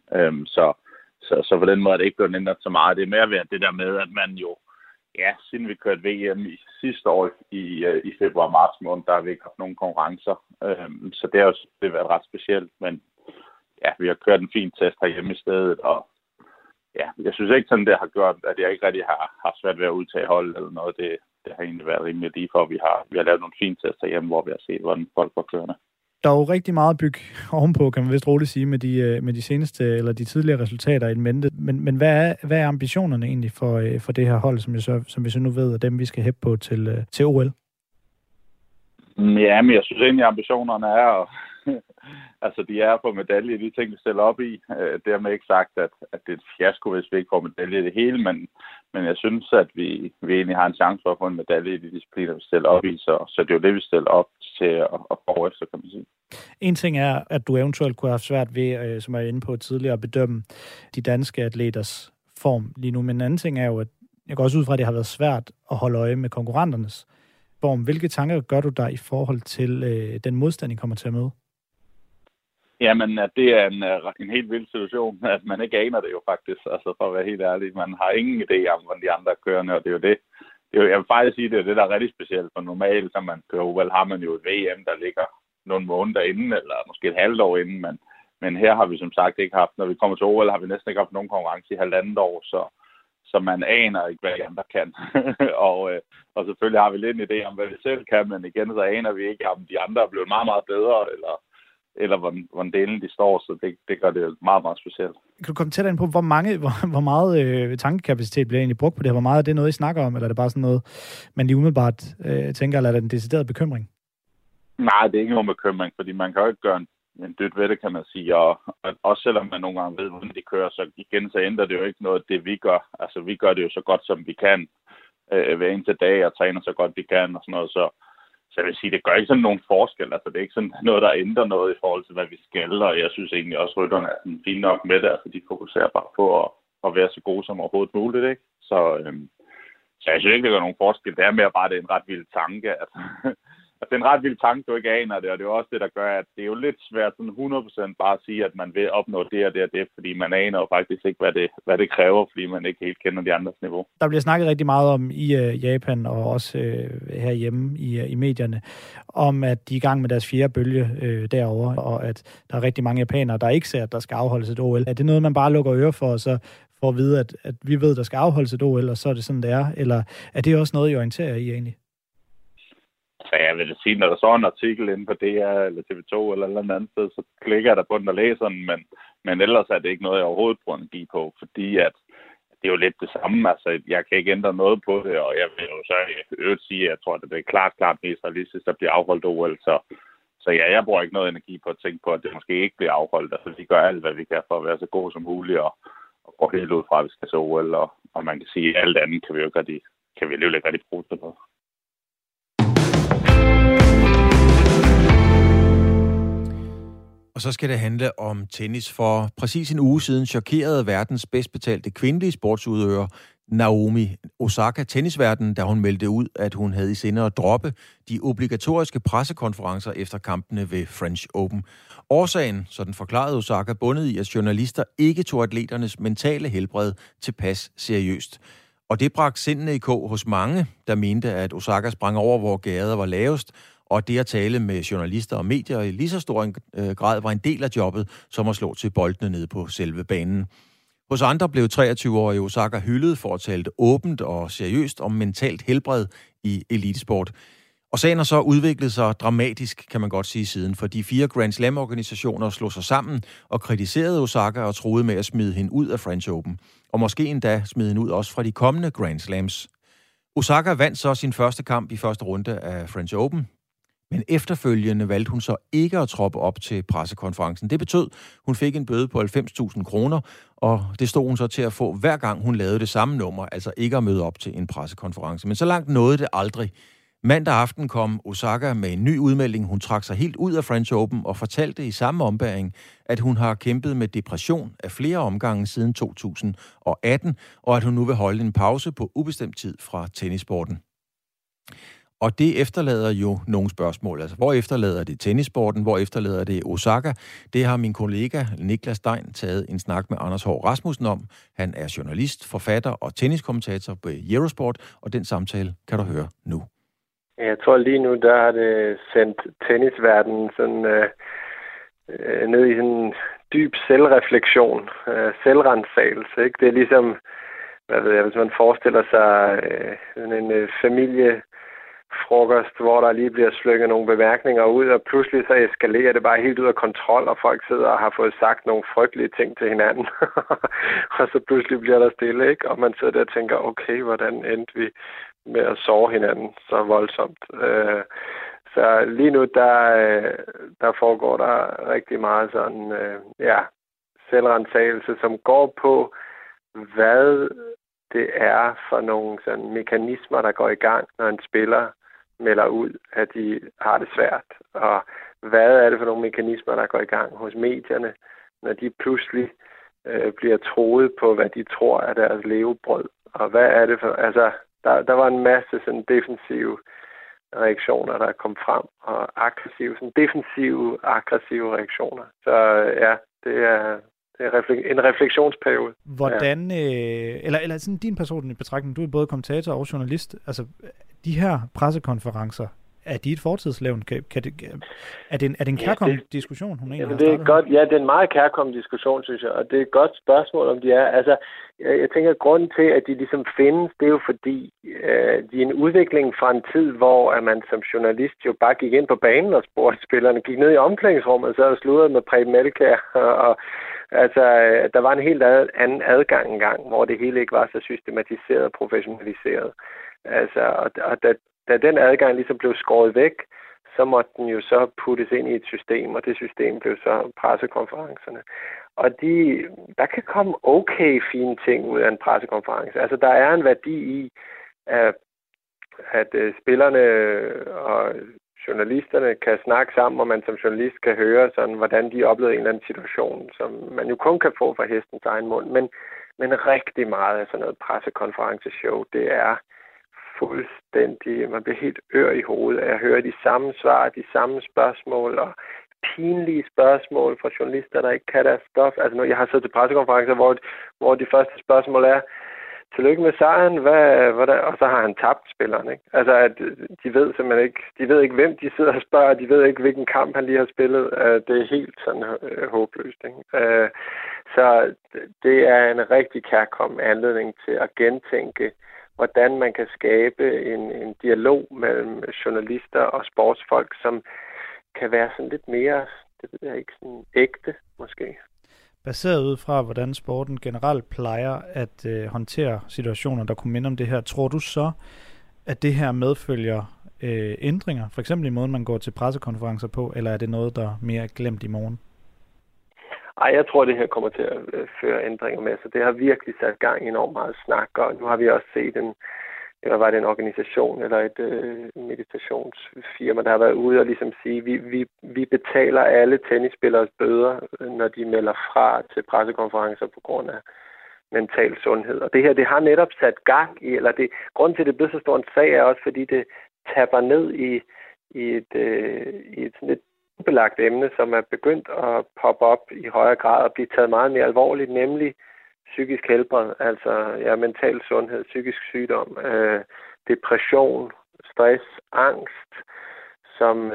Så på den måde er det ikke blevet ændret så meget. Det er mere ved det der med, at man jo, siden vi kørte VM i sidste år i februar-marts måned, der har vi ikke haft nogen konkurrencer. Så det har jo været ret specielt, men ja, vi har kørt en fin test herhjemme i stedet, og jeg synes ikke sådan, det har gjort, at jeg ikke rigtig har svært ved at udtage hold eller noget. Det har egentlig været rimelig lige for, at vi har lavet nogle fine tester hjemme, hvor vi har set, hvordan folk var kørende. Der er jo rigtig meget at bygge ovenpå, kan man vist roligt sige, med de seneste eller de tidligere resultater i mente. Men hvad er ambitionerne egentlig for det her hold, som vi så nu ved, at dem vi skal hæppe på til OL? Ja, men jeg synes egentlig, at ambitionerne er altså, de er på medalje, de ting, vi stiller op i. Dermed ikke sagt, at det er et fiasko, hvis vi ikke får medalje i det hele, men jeg synes, at vi egentlig har en chance for at få en medalje i de discipliner, vi stiller op i, så det er jo det, vi stiller op til at gå efter, kan man sige. En ting er, at du eventuelt kunne have svært ved, som jeg er inde på tidligere, at bedømme de danske atleters form lige nu, men en anden ting er jo, at jeg går også ud fra, at det har været svært at holde øje med konkurrenternes form. Hvilke tanker gør du der i forhold til den modstand, I kommer til at møde? Jamen, at det er en helt vild situation, at man ikke aner det jo faktisk, altså for at være helt ærlig. Man har ingen idé om, hvordan de andre kører, og det er jo det. Jeg vil faktisk sige, det er det, der er rigtig specielt, for normalt, når man kører OL, har man jo et VM, der ligger nogle måneder inden, eller måske et halvt år inden, men her har vi som sagt ikke haft, når vi kommer til OL, har vi næsten ikke haft nogen konkurrence i halvandet år, så man aner ikke, hvad de andre kan. og selvfølgelig har vi lidt en idé om, hvad vi selv kan, men igen, så aner vi ikke, om de andre er blevet meget, meget bedre, eller hvordan delen de står, så det gør det meget, meget specielt. Kan du komme tættere ind på, hvor meget tankekapacitet bliver egentlig brugt på det? Hvor meget er det noget, I snakker om, eller er det bare sådan noget, man lige umiddelbart tænker, eller er det en decideret bekymring? Nej, det er ikke nogen bekymring, fordi man kan jo ikke gøre en dødt ved det, kan man sige, og også selvom man nogle gange ved, hvordan de kører, så igen, så ændrer det jo ikke noget, det vi gør. Altså, vi gør det jo så godt, som vi kan hver eneste dag, og træner så godt, vi kan, og sådan noget, så jeg vil sige, det gør ikke sådan nogen forskel. Altså, det er ikke sådan noget, der ændrer noget i forhold til, hvad vi skal, og jeg synes egentlig også, at rytterne er sådan fint nok med det. Altså, de fokuserer bare på at være så gode som overhovedet muligt, ikke? Så jeg synes ikke, det gør nogen forskel. Det er mere bare, det er en ret vild tanke. Altså, det er en ret vild tanke, du ikke aner det, og det er også det, der gør, at det er jo lidt svært sådan 100% bare at sige, at man vil opnå det og det og det, fordi man aner jo faktisk ikke, hvad det kræver, fordi man ikke helt kender de andres niveau. Der bliver snakket rigtig meget om i Japan, og også herhjemme i medierne, om at de er i gang med deres 4. bølge derovre, og at der er rigtig mange japanere, der ikke ser, at der skal afholdes et OL. Er det noget, man bare lukker øre for, og så får at vide, at vi ved, at der skal afholdes et OL, og så er det sådan, det er? Eller er det også noget, I orienterer i egentlig? Så jeg vil sige, når der så er en artikel inde på DR eller TV2 eller noget andet sted, så klikker jeg der på den og læser den, men ellers er det ikke noget, jeg overhovedet bruger energi på, fordi at det er jo lidt det samme. Altså, jeg kan ikke ændre noget på det, og jeg vil jo så øvrigt sige, at jeg tror, at det er klart mest realistisk at blive afholdt OL, Så ja, jeg bruger ikke noget energi på at tænke på, at det måske ikke bliver afholdt. Altså, vi gør alt, hvad vi kan for at være så gode som muligt, og går helt ud fra, at vi skal så OL, og man kan sige, at alt andet kan vi jo ikke rigtig bruge til noget. Og så skal det handle om tennis. For præcis en uge siden chokerede verdens bedst betalte kvindelige sportsudøver Naomi Osaka tennisverdenen, da hun meldte ud, at hun havde i sinde at droppe de obligatoriske pressekonferencer efter kampene ved French Open. Årsagen, sådan forklarede Osaka, bundet i, at journalister ikke tog atleternes mentale helbred tilpas seriøst. Og det bragte sindene i kog hos mange, der mente, at Osaka sprang over, hvor gærdet var lavest, og det at tale med journalister og medier i lige så stor en grad var en del af jobbet, som at slå til boldene nede på selve banen. Hos andre blev 23-årige Osaka hyldet for at tale åbent og seriøst om mentalt helbred i elitesport. Og sagen har så udviklet sig dramatisk, kan man godt sige, siden, for de 4 Grand Slam-organisationer slog sig sammen og kritiserede Osaka og truede med at smide hende ud af French Open. Og måske endda smide hende ud også fra de kommende Grand Slams. Osaka vandt så sin første kamp i første runde af French Open, men efterfølgende valgte hun så ikke at troppe op til pressekonferencen. Det betød, hun fik en bøde på 90.000 kroner, og det stod hun så til at få hver gang hun lavede det samme nummer, altså ikke at møde op til en pressekonference. Men så langt nåede det aldrig. Mandag aften kom Osaka med en ny udmelding. Hun trak sig helt ud af French Open og fortalte i samme ombæring, at hun har kæmpet med depression af flere omgange siden 2018, og at hun nu vil holde en pause på ubestemt tid fra tennissporten. Og det efterlader jo nogle spørgsmål. Altså, hvor efterlader det tennissporten? Hvor efterlader det Osaka? Det har min kollega Niklas Stein taget en snak med Anders Haahr Rasmussen om. Han er journalist, forfatter og tenniskommentator på Eurosport, og den samtale kan du høre nu. Jeg tror lige nu, der har det sendt tennisverdenen sådan, ned i sådan en dyb selvreflektion, selvrensagelse. Ikke? Det er ligesom, hvis man forestiller sig en familiefrokost, hvor der lige bliver slynget nogle bemærkninger ud, og pludselig så eskalerer det bare helt ud af kontrol, og folk sidder og har fået sagt nogle frygtelige ting til hinanden. Og så pludselig bliver der stille, ikke? Og man sidder der og tænker, okay, hvordan endte vi med at såre hinanden så voldsomt. Så lige nu, der foregår der rigtig meget sådan, selvrensagelse, som går på, hvad det er for nogle sådan mekanismer, der går i gang, når en spiller melder ud, at de har det svært. Og hvad er det for nogle mekanismer, der går i gang hos medierne, når de pludselig bliver troet på, hvad de tror er deres levebrød. Og hvad er det for... Altså, der var en masse sådan defensive reaktioner, der kom frem, og aggressive reaktioner. Så ja, det er en refleksionsperiode. Hvordan, eller sådan din personlige betragtning, du er både kommentator og journalist, altså de her pressekonferencer, er de et fortidslevn? Er det en kærkommen diskussion, hun egentlig har startet? Det er en meget kærkommen diskussion, synes jeg, og det er et godt spørgsmål, om de er. Altså, jeg tænker, at grunden til, at de ligesom findes, det er jo fordi, de er en udvikling fra en tid, hvor at man som journalist jo bare gik ind på banen og spurgte spillerne, gik ned i omklædningsrummet og så sludrede med Preben Elkjær, og altså, der var en helt anden adgang engang, hvor det hele ikke var så systematiseret og professionaliseret. Altså, og da den adgang ligesom blev skåret væk, så måtte den jo så puttes ind i et system, og det system blev så pressekonferencerne. Og der kan komme okay fine ting ud af en pressekonference. Altså, der er en værdi i, at spillerne og journalisterne kan snakke sammen, og man som journalist kan høre, sådan, hvordan de oplevede en eller anden situation, som man jo kun kan få fra hestens egen mund. Men rigtig meget af sådan noget pressekonferenceshow, det er fuldstændig, man bliver helt ør i hovedet af at høre de samme svar, de samme spørgsmål, og pinlige spørgsmål fra journalister, der ikke kan deres stof. Altså, når jeg har siddet til pressekonferencer, hvor de første spørgsmål er, tillykke med sejren, og så har han tabt spilleren, ikke? Altså, at de ved simpelthen ikke, de ved ikke, hvem de sidder og spørger, de ved ikke, hvilken kamp han lige har spillet. Det er helt sådan håbløst, ikke? Så det er en rigtig kærkommen anledning til at gentænke, hvordan man kan skabe en dialog mellem journalister og sportsfolk, som kan være sådan lidt mere, det ved jeg ikke, sådan ægte måske. Baseret ud fra, hvordan sporten generelt plejer at håndtere situationer, der kunne minde om det her, tror du så, at det her medfølger ændringer, for eksempel i måden, man går til pressekonferencer på, eller er det noget, der mere er glemt i morgen? Ej, jeg tror, det her kommer til at føre ændringer med, så det har virkelig sat gang i enormt meget snak, og nu har vi også set en organisation eller et meditationsfirma, der har været ude og ligesom sige, vi betaler alle tennisspilleres bøder, når de melder fra til pressekonferencer på grund af mental sundhed. Og det her, det har netop sat gang i, eller grunden til, at det er blevet så stor en sag, er også, fordi det tapper ned i et sådan lidt belagt emne, som er begyndt at poppe op i højere grad og blive taget meget mere alvorligt, nemlig psykisk helbred, altså mental sundhed, psykisk sygdom, depression, stress, angst, som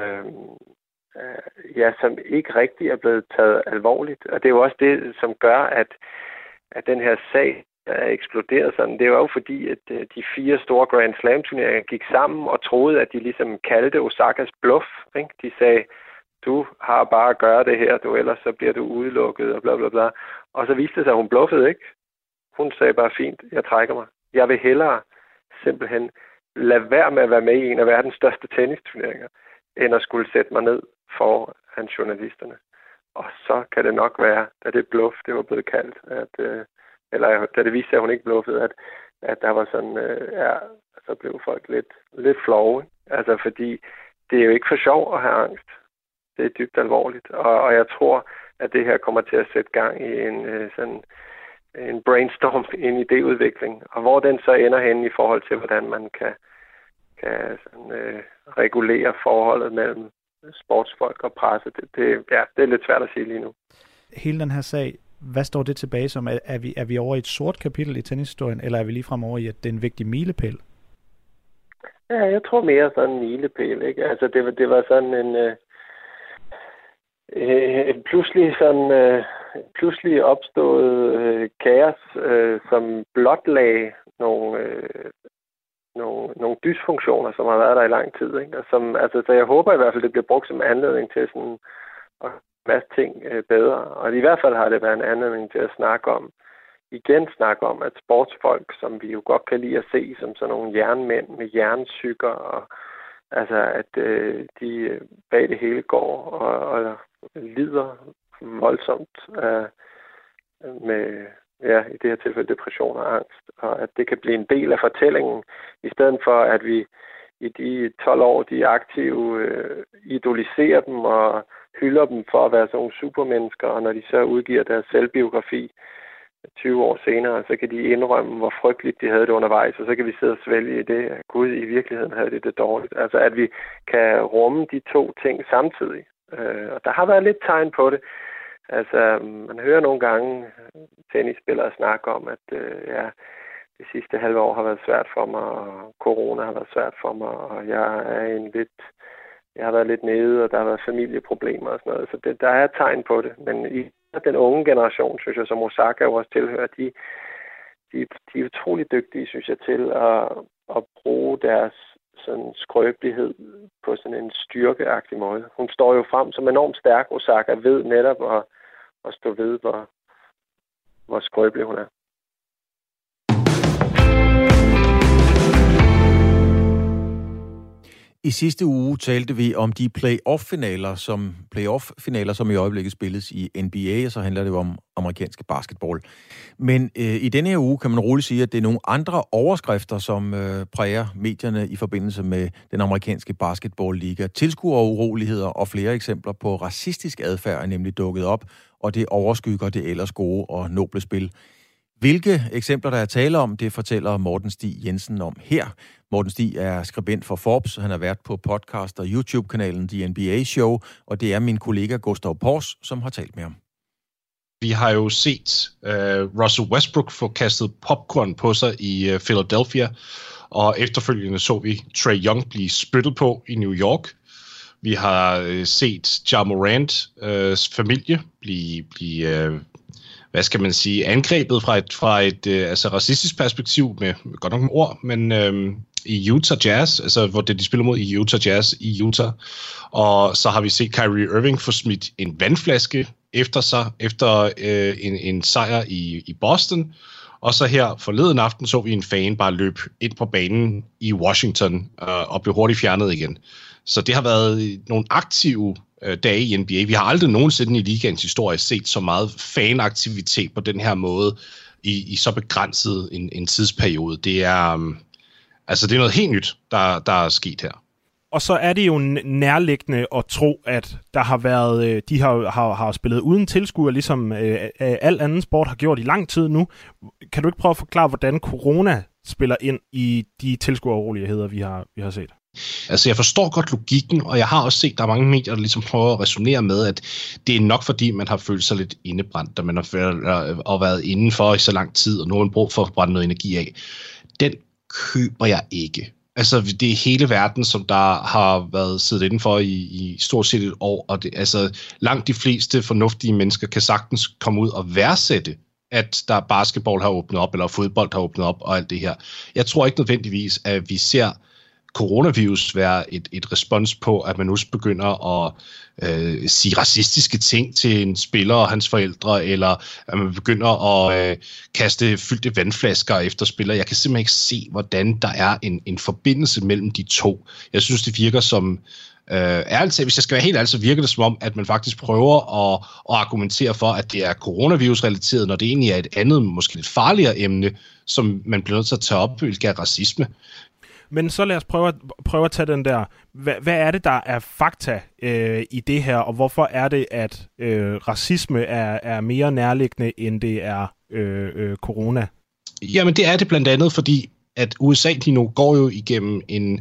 ikke rigtig er blevet taget alvorligt. Og det er jo også det, som gør, at den her sag er eksploderet sådan. Det var jo fordi, at de 4 store Grand Slam-turneringer gik sammen og troede, at de ligesom kaldte Osakas bluff. Ikke? De sagde, du har bare at gøre det her, ellers så bliver du udelukket og bla bla bla. Og så viste det sig, at hun bluffede ikke. Hun sagde bare, fint, jeg trækker mig. Jeg vil hellere simpelthen lade være med at være med i en af verdens største tennisturneringer, end at skulle sætte mig ned foran journalisterne. Og så kan det nok være, da det bluff, det var blevet kaldt, eller da det viste sig, at hun ikke bluffede, at der var sådan, så blev folk lidt flove. Altså fordi det er jo ikke for sjov at have angst. Det er dybt alvorligt. Og jeg tror, at det her kommer til at sætte gang i en brainstorm, en idéudvikling. Og hvor den så ender hen i forhold til, hvordan man kan regulere forholdet mellem sportsfolk og presse, det er lidt svært at sige lige nu. Hele den her sag, hvad står det tilbage som? Er vi over i et sort kapitel i tennishistorien, eller er vi ligefrem over i, at det er en vigtig milepæl? Ja, jeg tror mere sådan en milepæl, ikke? Altså det var sådan en pludselig opstået kaos, som blotlagde nogle dysfunktioner, som har været der i lang tid, ikke? Og så jeg håber i hvert fald, det bliver brugt som anledning til sådan at masse ting bedre. Og i hvert fald har det været en anledning til at snakke om, at sportsfolk, som vi jo godt kan lide at se som sådan nogle jernmænd med jernsykker, og altså at de bag det hele går og lider voldsomt med, i det her tilfælde depression og angst, og at det kan blive en del af fortællingen, i stedet for at vi i de 12 år, de aktive idoliserer dem og hylder dem for at være sådan nogle supermennesker, og når de så udgiver deres selvbiografi 20 år senere, så kan de indrømme, hvor frygteligt de havde det undervejs, og så kan vi sidde og svælge i det, at Gud i virkeligheden havde det dårligt. Altså at vi kan rumme de 2 ting samtidig. Og der har været lidt tegn på det. Altså man hører nogle gange tennisspillere snakke om, at det sidste halve år har været svært for mig, og corona har været svært for mig, og jeg har været lidt nede, og der har været familieproblemer og sådan noget. Så der er tegn på det. Men i den unge generation, synes jeg, som Osaka jo også tilhører, de er utrolig dygtige, synes jeg, til at bruge deres sådan skrøbelighed på sådan en styrkeagtig måde. Hun står jo frem som enormt stærk. Osaka ved netop at stå ved, hvor skrøbelig hun er. I sidste uge talte vi om de playoff-finaler, som i øjeblikket spilles i NBA, og så handler det jo om amerikanske basketball. Men i denne her uge kan man roligt sige, at det er nogle andre overskrifter, som præger medierne i forbindelse med den amerikanske basketball-liga. Tilskueruroligheder og flere eksempler på racistisk adfærd er nemlig dukket op, og det overskygger det ellers gode og noble spil. Hvilke eksempler der er tale om, det fortæller Morten Stig Jensen om her. Morten Stig er skribent for Forbes, han har været på podcast og YouTube-kanalen The NBA Show, og det er min kollega Gustav Pors, som har talt med ham. Vi har jo set Russell Westbrook få kastet popcorn på sig i Philadelphia, og efterfølgende så vi Trae Young blive spyttet på i New York. Vi har set Ja Morants familie blive hvad skal man sige, angrebet fra et altså racistisk perspektiv med godt nok nogle ord, men i Utah Jazz, altså hvor de spiller mod i Utah Jazz i Utah, og så har vi set Kyrie Irving få smidt en vandflaske efter sig, efter en sejr i Boston, Og så her forleden aften så vi en fan bare løbe ind på banen i Washington og blev hurtigt fjernet igen. Så det har været nogle aktive dage i NBA. Vi har aldrig nogensinde i ligaens historie set så meget fanaktivitet på den her måde i så begrænset en tidsperiode. Det er det er noget helt nyt, der er sket her. Og så er det jo nærliggende at tro, at der har været, de har spillet uden tilskuere, ligesom al anden sport har gjort i lang tid nu. Kan du ikke prøve at forklare, hvordan corona spiller ind i de tilskueruroligheder, vi har set? Altså, jeg forstår godt logikken, og jeg har også set, at der er mange medier, der ligesom prøver at resonere med, at det er nok fordi, man har følt sig lidt indebrændt, da man har været indenfor i så lang tid, og nu har man brug for at brænde noget energi af. Den køber jeg ikke. Altså, det er hele verden, som der har været siddet indenfor i stort set et år, og langt de fleste fornuftige mennesker kan sagtens komme ud og værdsætte, at der basketball har åbnet op, eller fodbold har åbnet op, og alt det her. Jeg tror ikke nødvendigvis, at vi ser coronavirus være et respons på, at man nu begynder at sige racistiske ting til en spiller og hans forældre, eller at man begynder at kaste fyldte vandflasker efter spillere. Jeg kan simpelthen ikke se, hvordan der er en forbindelse mellem de to. Jeg synes, det virker som ærligt talt, hvis jeg skal være helt ærlig, så virker det som om, at man faktisk prøver at argumentere for, at det er coronavirus-relateret, når det egentlig er et andet, måske lidt farligere emne, som man bliver nødt til at tage op, hvilket er racisme. Men så lad os prøve at tage den der. Hvad er det, der er fakta i det her, og hvorfor er det, at racisme er mere nærliggende, end det er corona? Jamen, det er det blandt andet, fordi at USA lige nu går jo igennem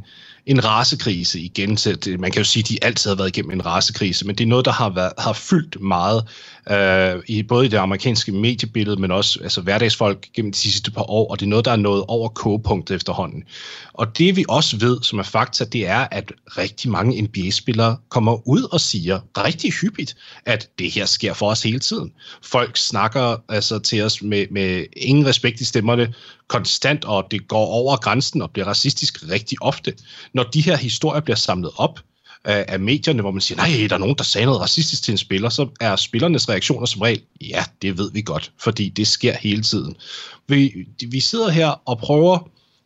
en racekrise igen. Man kan jo sige, at de altid har været igennem en racekrise, men det er noget, der har fyldt meget, både i det amerikanske mediebillede, men også hverdagsfolk gennem de sidste par år, og det er noget, der er nået over kogepunktet efterhånden. Og det vi også ved, som er fakta, det er, at rigtig mange NBA-spillere kommer ud og siger rigtig hyppigt, at det her sker for os hele tiden. Folk snakker til os med ingen respekt i stemmerne konstant, og det går over grænsen og bliver racistisk rigtig ofte. Når de her historier bliver samlet op af medierne, hvor man siger, nej, der er nogen, der sagde noget racistisk til en spiller, så er spillernes reaktioner som regel, ja, det ved vi godt, fordi det sker hele tiden. Vi sidder her og prøver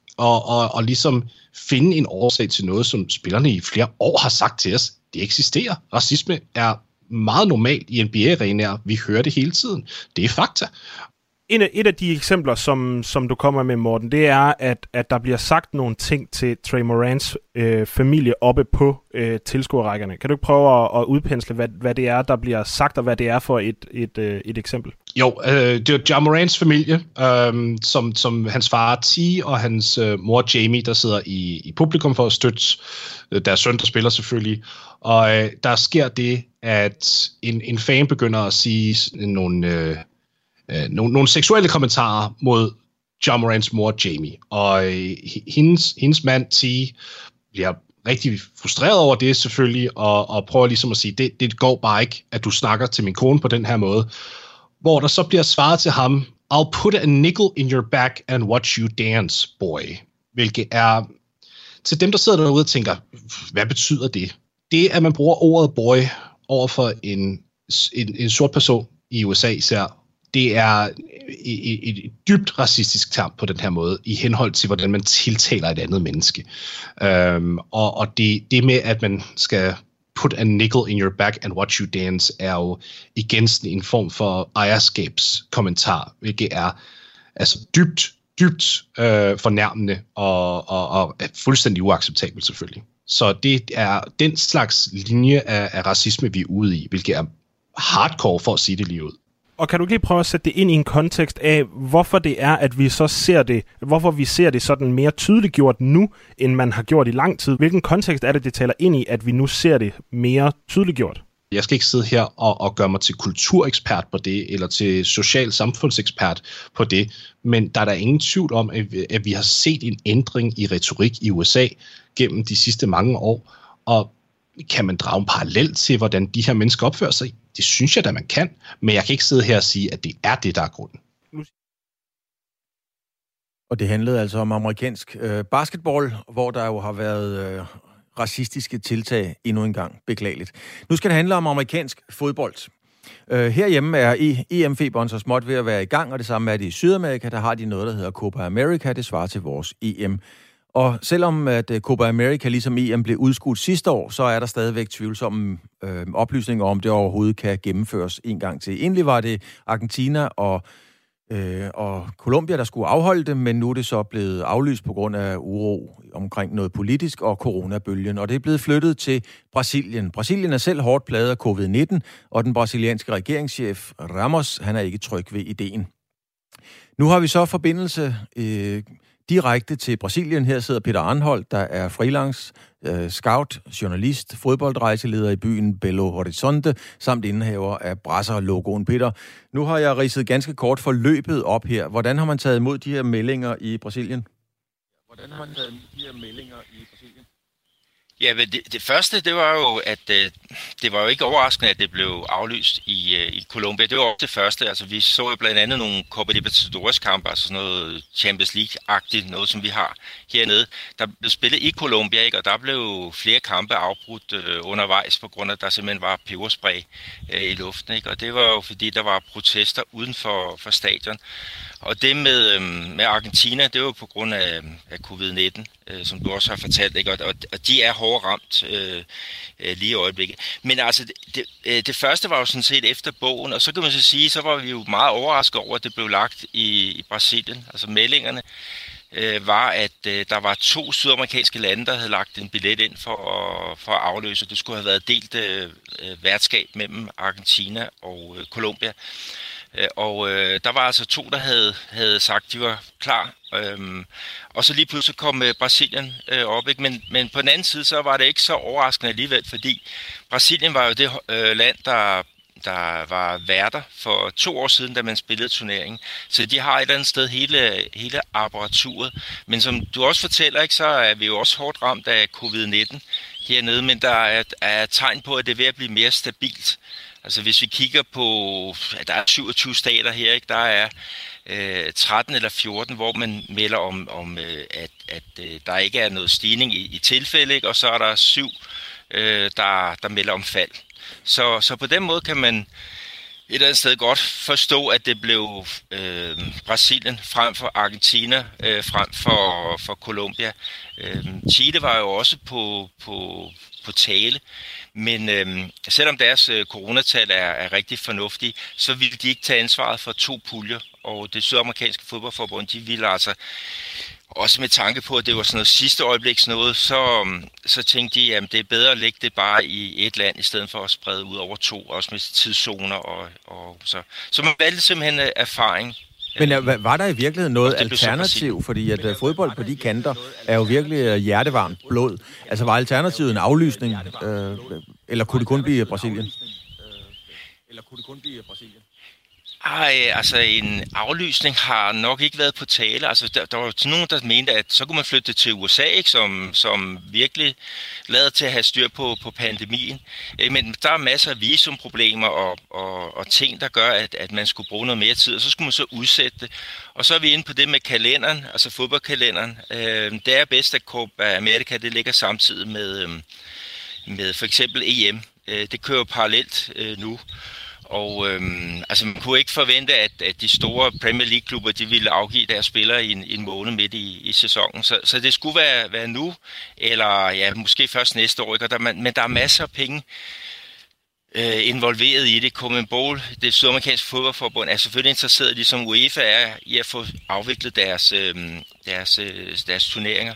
at ligesom finde en årsag til noget, som spillerne i flere år har sagt til os, det eksisterer. Racisme er meget normalt i NBA-arenaer. Vi hører det hele tiden. Det er fakta. Et af de eksempler, som du kommer med, Morten, det er, at der bliver sagt nogle ting til Trey Morants familie oppe på tilskuerrækkerne. Kan du ikke prøve at udpensle, hvad det er, der bliver sagt, og hvad det er for et eksempel? Jo, det er Ja Morants familie, som hans far T og hans mor Jamie, der sidder i publikum for at støtte deres søn, der spiller selvfølgelig. Og der sker det, at en fan begynder at sige nogle seksuelle kommentarer mod Ja Morants mor Jamie. Og hendes mand T bliver rigtig frustreret over det selvfølgelig, og prøver ligesom at sige, det går bare ikke, at du snakker til min kone på den her måde. Hvor der så bliver svaret til ham, I'll put a nickel in your back and watch you dance, boy. Hvilket er, til dem der sidder derude og tænker, hvad betyder det? Det, at man bruger ordet boy over for en sort person i USA især, det er et dybt racistisk term på den her måde, i henhold til, hvordan man tiltaler et andet menneske. Og det med, at man skal put a nickel in your back and watch you dance, er jo igen sådan en form for ejerskabskommentar, hvilket er altså dybt fornærmende og fuldstændig uacceptabelt selvfølgelig. Så det er den slags linje af racisme, vi er ude i, hvilket er hardcore for at sige det lige ud. Og kan du lige prøve at sætte det ind i en kontekst af, hvorfor det er, at vi så ser det, hvorfor vi ser det sådan mere tydeliggjort nu, end man har gjort i lang tid? Hvilken kontekst er det, det taler ind i, at vi nu ser det mere tydeliggjort? Jeg skal ikke sidde her og gøre mig til kulturekspert på det, eller til social samfundsekspert på det, men der er der ingen tvivl om, at vi har set en ændring i retorik i USA gennem de sidste mange år, og kan man drage en parallel til, hvordan de her mennesker opfører sig? Det synes jeg da, man kan, men jeg kan ikke sidde her og sige, at det er det, der er grunden. Og det handlede altså om amerikansk basketball, hvor der jo har været racistiske tiltag endnu en gang, beklageligt. Nu skal det handle om amerikansk fodbold. Herhjemme er EM-feberen så småt ved at være i gang, og det samme er det i Sydamerika. Der har de noget, der hedder Copa America. Det svarer til vores EM. Og selvom at Copa America ligesom EM blev udskudt sidste år, så er der stadigvæk tvivlsomme oplysninger om, det overhovedet kan gennemføres en gang til. Egentlig var det Argentina og Colombia, der skulle afholde det, men nu er det så blevet aflyst på grund af uro omkring noget politisk og coronabølgen, og det er blevet flyttet til Brasilien. Brasilien er selv hårdt plaget af covid-19, og den brasilianske regeringschef Ramos, han er ikke tryg ved ideen. Nu har vi så forbindelse direkte til Brasilien. Her sidder Peter Arnholdt, der er freelance, scout, journalist, fodboldrejseleder i byen Belo Horizonte, samt indehaver af Brasser-logoen. Peter, nu har jeg ridset ganske kort forløbet op her. Hvordan har man taget imod de her meldinger i Brasilien? Ja, men det første, det var jo, at det var jo ikke overraskende, at det blev aflyst i Colombia. Det var også det første. Altså, vi så jo blandt andet nogle Copa Libertadores kampe, altså sådan noget Champions League-agtigt, noget som vi har hernede. Der blev spillet i Colombia, ikke? Og der blev flere kampe afbrudt undervejs, på grund af, at der simpelthen var peberspray i luften, ikke? Og det var jo, fordi der var protester uden for stadion. Og det med Argentina, det var jo på grund af covid-19, som du også har fortalt, ikke? Og de er hårdt ramt lige i øjeblikket. Men altså, det første var jo sådan set efter bogen, og så kan man så sige, så var vi jo meget overrasket over, at det blev lagt i Brasilien. Altså meldingerne var, at der var 2 sydamerikanske lande, der havde lagt en billet ind for at afløse. Det skulle have været delt værtskab mellem Argentina og Colombia. Og der var altså 2, der havde sagt, de var klar. Og så lige pludselig kom Brasilien op, ikke? Men på den anden side, så var det ikke så overraskende alligevel, fordi Brasilien var jo det land, der var værter for 2 år siden, da man spillede turneringen. Så de har et eller andet sted hele apparaturet. Men som du også fortæller, ikke, så er vi jo også hårdt ramt af covid-19 hernede, men der er tegn på, at det er ved at blive mere stabilt. Altså hvis vi kigger på, der er 27 stater her, ikke? Der er 13 eller 14, hvor man melder om at der ikke er noget stigning i tilfælde, ikke? Og så er der 7, der melder om fald. Så på den måde kan man et eller andet sted godt forstå, at det blev Brasilien frem for Argentina, frem for Colombia. Chile var jo også på tale. Men selvom deres coronatal er rigtig fornuftige, så ville de ikke tage ansvaret for 2 puljer. Og det sydamerikanske fodboldforbund, de ville altså, også med tanke på, at det var sådan noget sidste øjebliks noget, så tænkte de, at det er bedre at lægge det bare i et land, i stedet for at sprede ud over 2, også med tidszoner. Og så man valgte simpelthen erfaring. Men var der i virkeligheden noget alternativ? Fordi at fodbold på de kanter er jo virkelig hjertevarmt blod. Altså var alternativet en aflysning, eller kunne det kun blive Brasilien? Altså en aflysning har nok ikke været på tale. Altså der var nogen, der mente, at så kunne man flytte til USA, ikke, som virkelig lader til at have styr på pandemien. Men der er masser af visumproblemer og ting, der gør, at man skulle bruge noget mere tid, og så skulle man så udsætte det. Og så er vi inde på det med kalenderen, altså fodboldkalenderen. Det er bedst, at Copa America, det ligger samtidig med for eksempel EM. Det kører parallelt nu. Og altså man kunne ikke forvente, at de store Premier League-klubber, de ville afgive deres spillere i en måned midt i sæsonen. Så det skulle være nu, eller ja, måske først næste år. Ikke? Men der er masser af penge involveret i det. CONMEBOL, det sydamerikanske fodboldforbund, er selvfølgelig interesseret, ligesom UEFA er, i at få afviklet deres turneringer.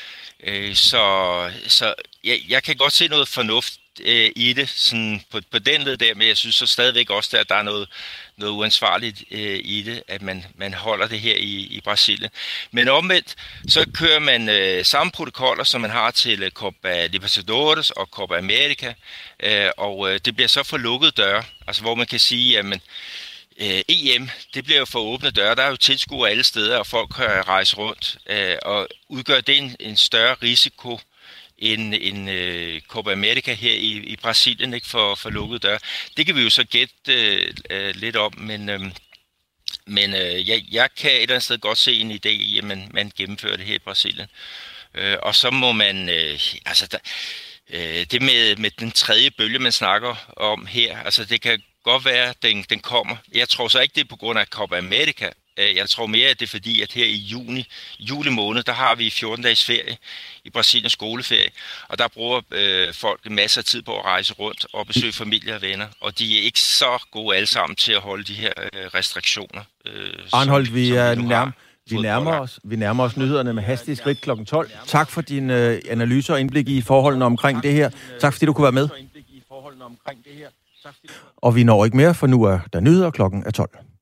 Så jeg kan godt se noget fornuft i det, sådan på den led der, men jeg synes så stadigvæk også, at der er noget uansvarligt i det, at man holder det her i Brasilien. Men omvendt, så kører man samme protokoller, som man har til Copa Libertadores og Copa America, og det bliver så for lukkede døre, altså hvor man kan sige, at EM, det bliver jo for åbne døre. Der er jo tilskuere alle steder, og folk kan rejse rundt, og udgør det en større risiko end Copa America her i Brasilien, ikke, for lukkede døre. Det kan vi jo så gætte lidt om, men jeg kan et eller andet sted godt se en idé i, at man gennemfører det her i Brasilien. Og så må man, det med den tredje bølge, man snakker om her, altså det kan godt være, at den kommer. Jeg tror så ikke, det er på grund af Copa America. Jeg tror mere, at det er fordi, at her i juli måned, der har vi 14-dages ferie i Brasilien, skoleferie, og der bruger folk en masse af tid på at rejse rundt og besøge familie og venner, og de er ikke så gode alle sammen til at holde de her restriktioner. Arnholdt, vi nærmer os nyhederne med hastige skridt kl. 12. Tak for din analyse og indblik i forholdene omkring det her. Tak fordi du kunne være med. Og vi når ikke mere, for nu er der nyheder, klokken er 12.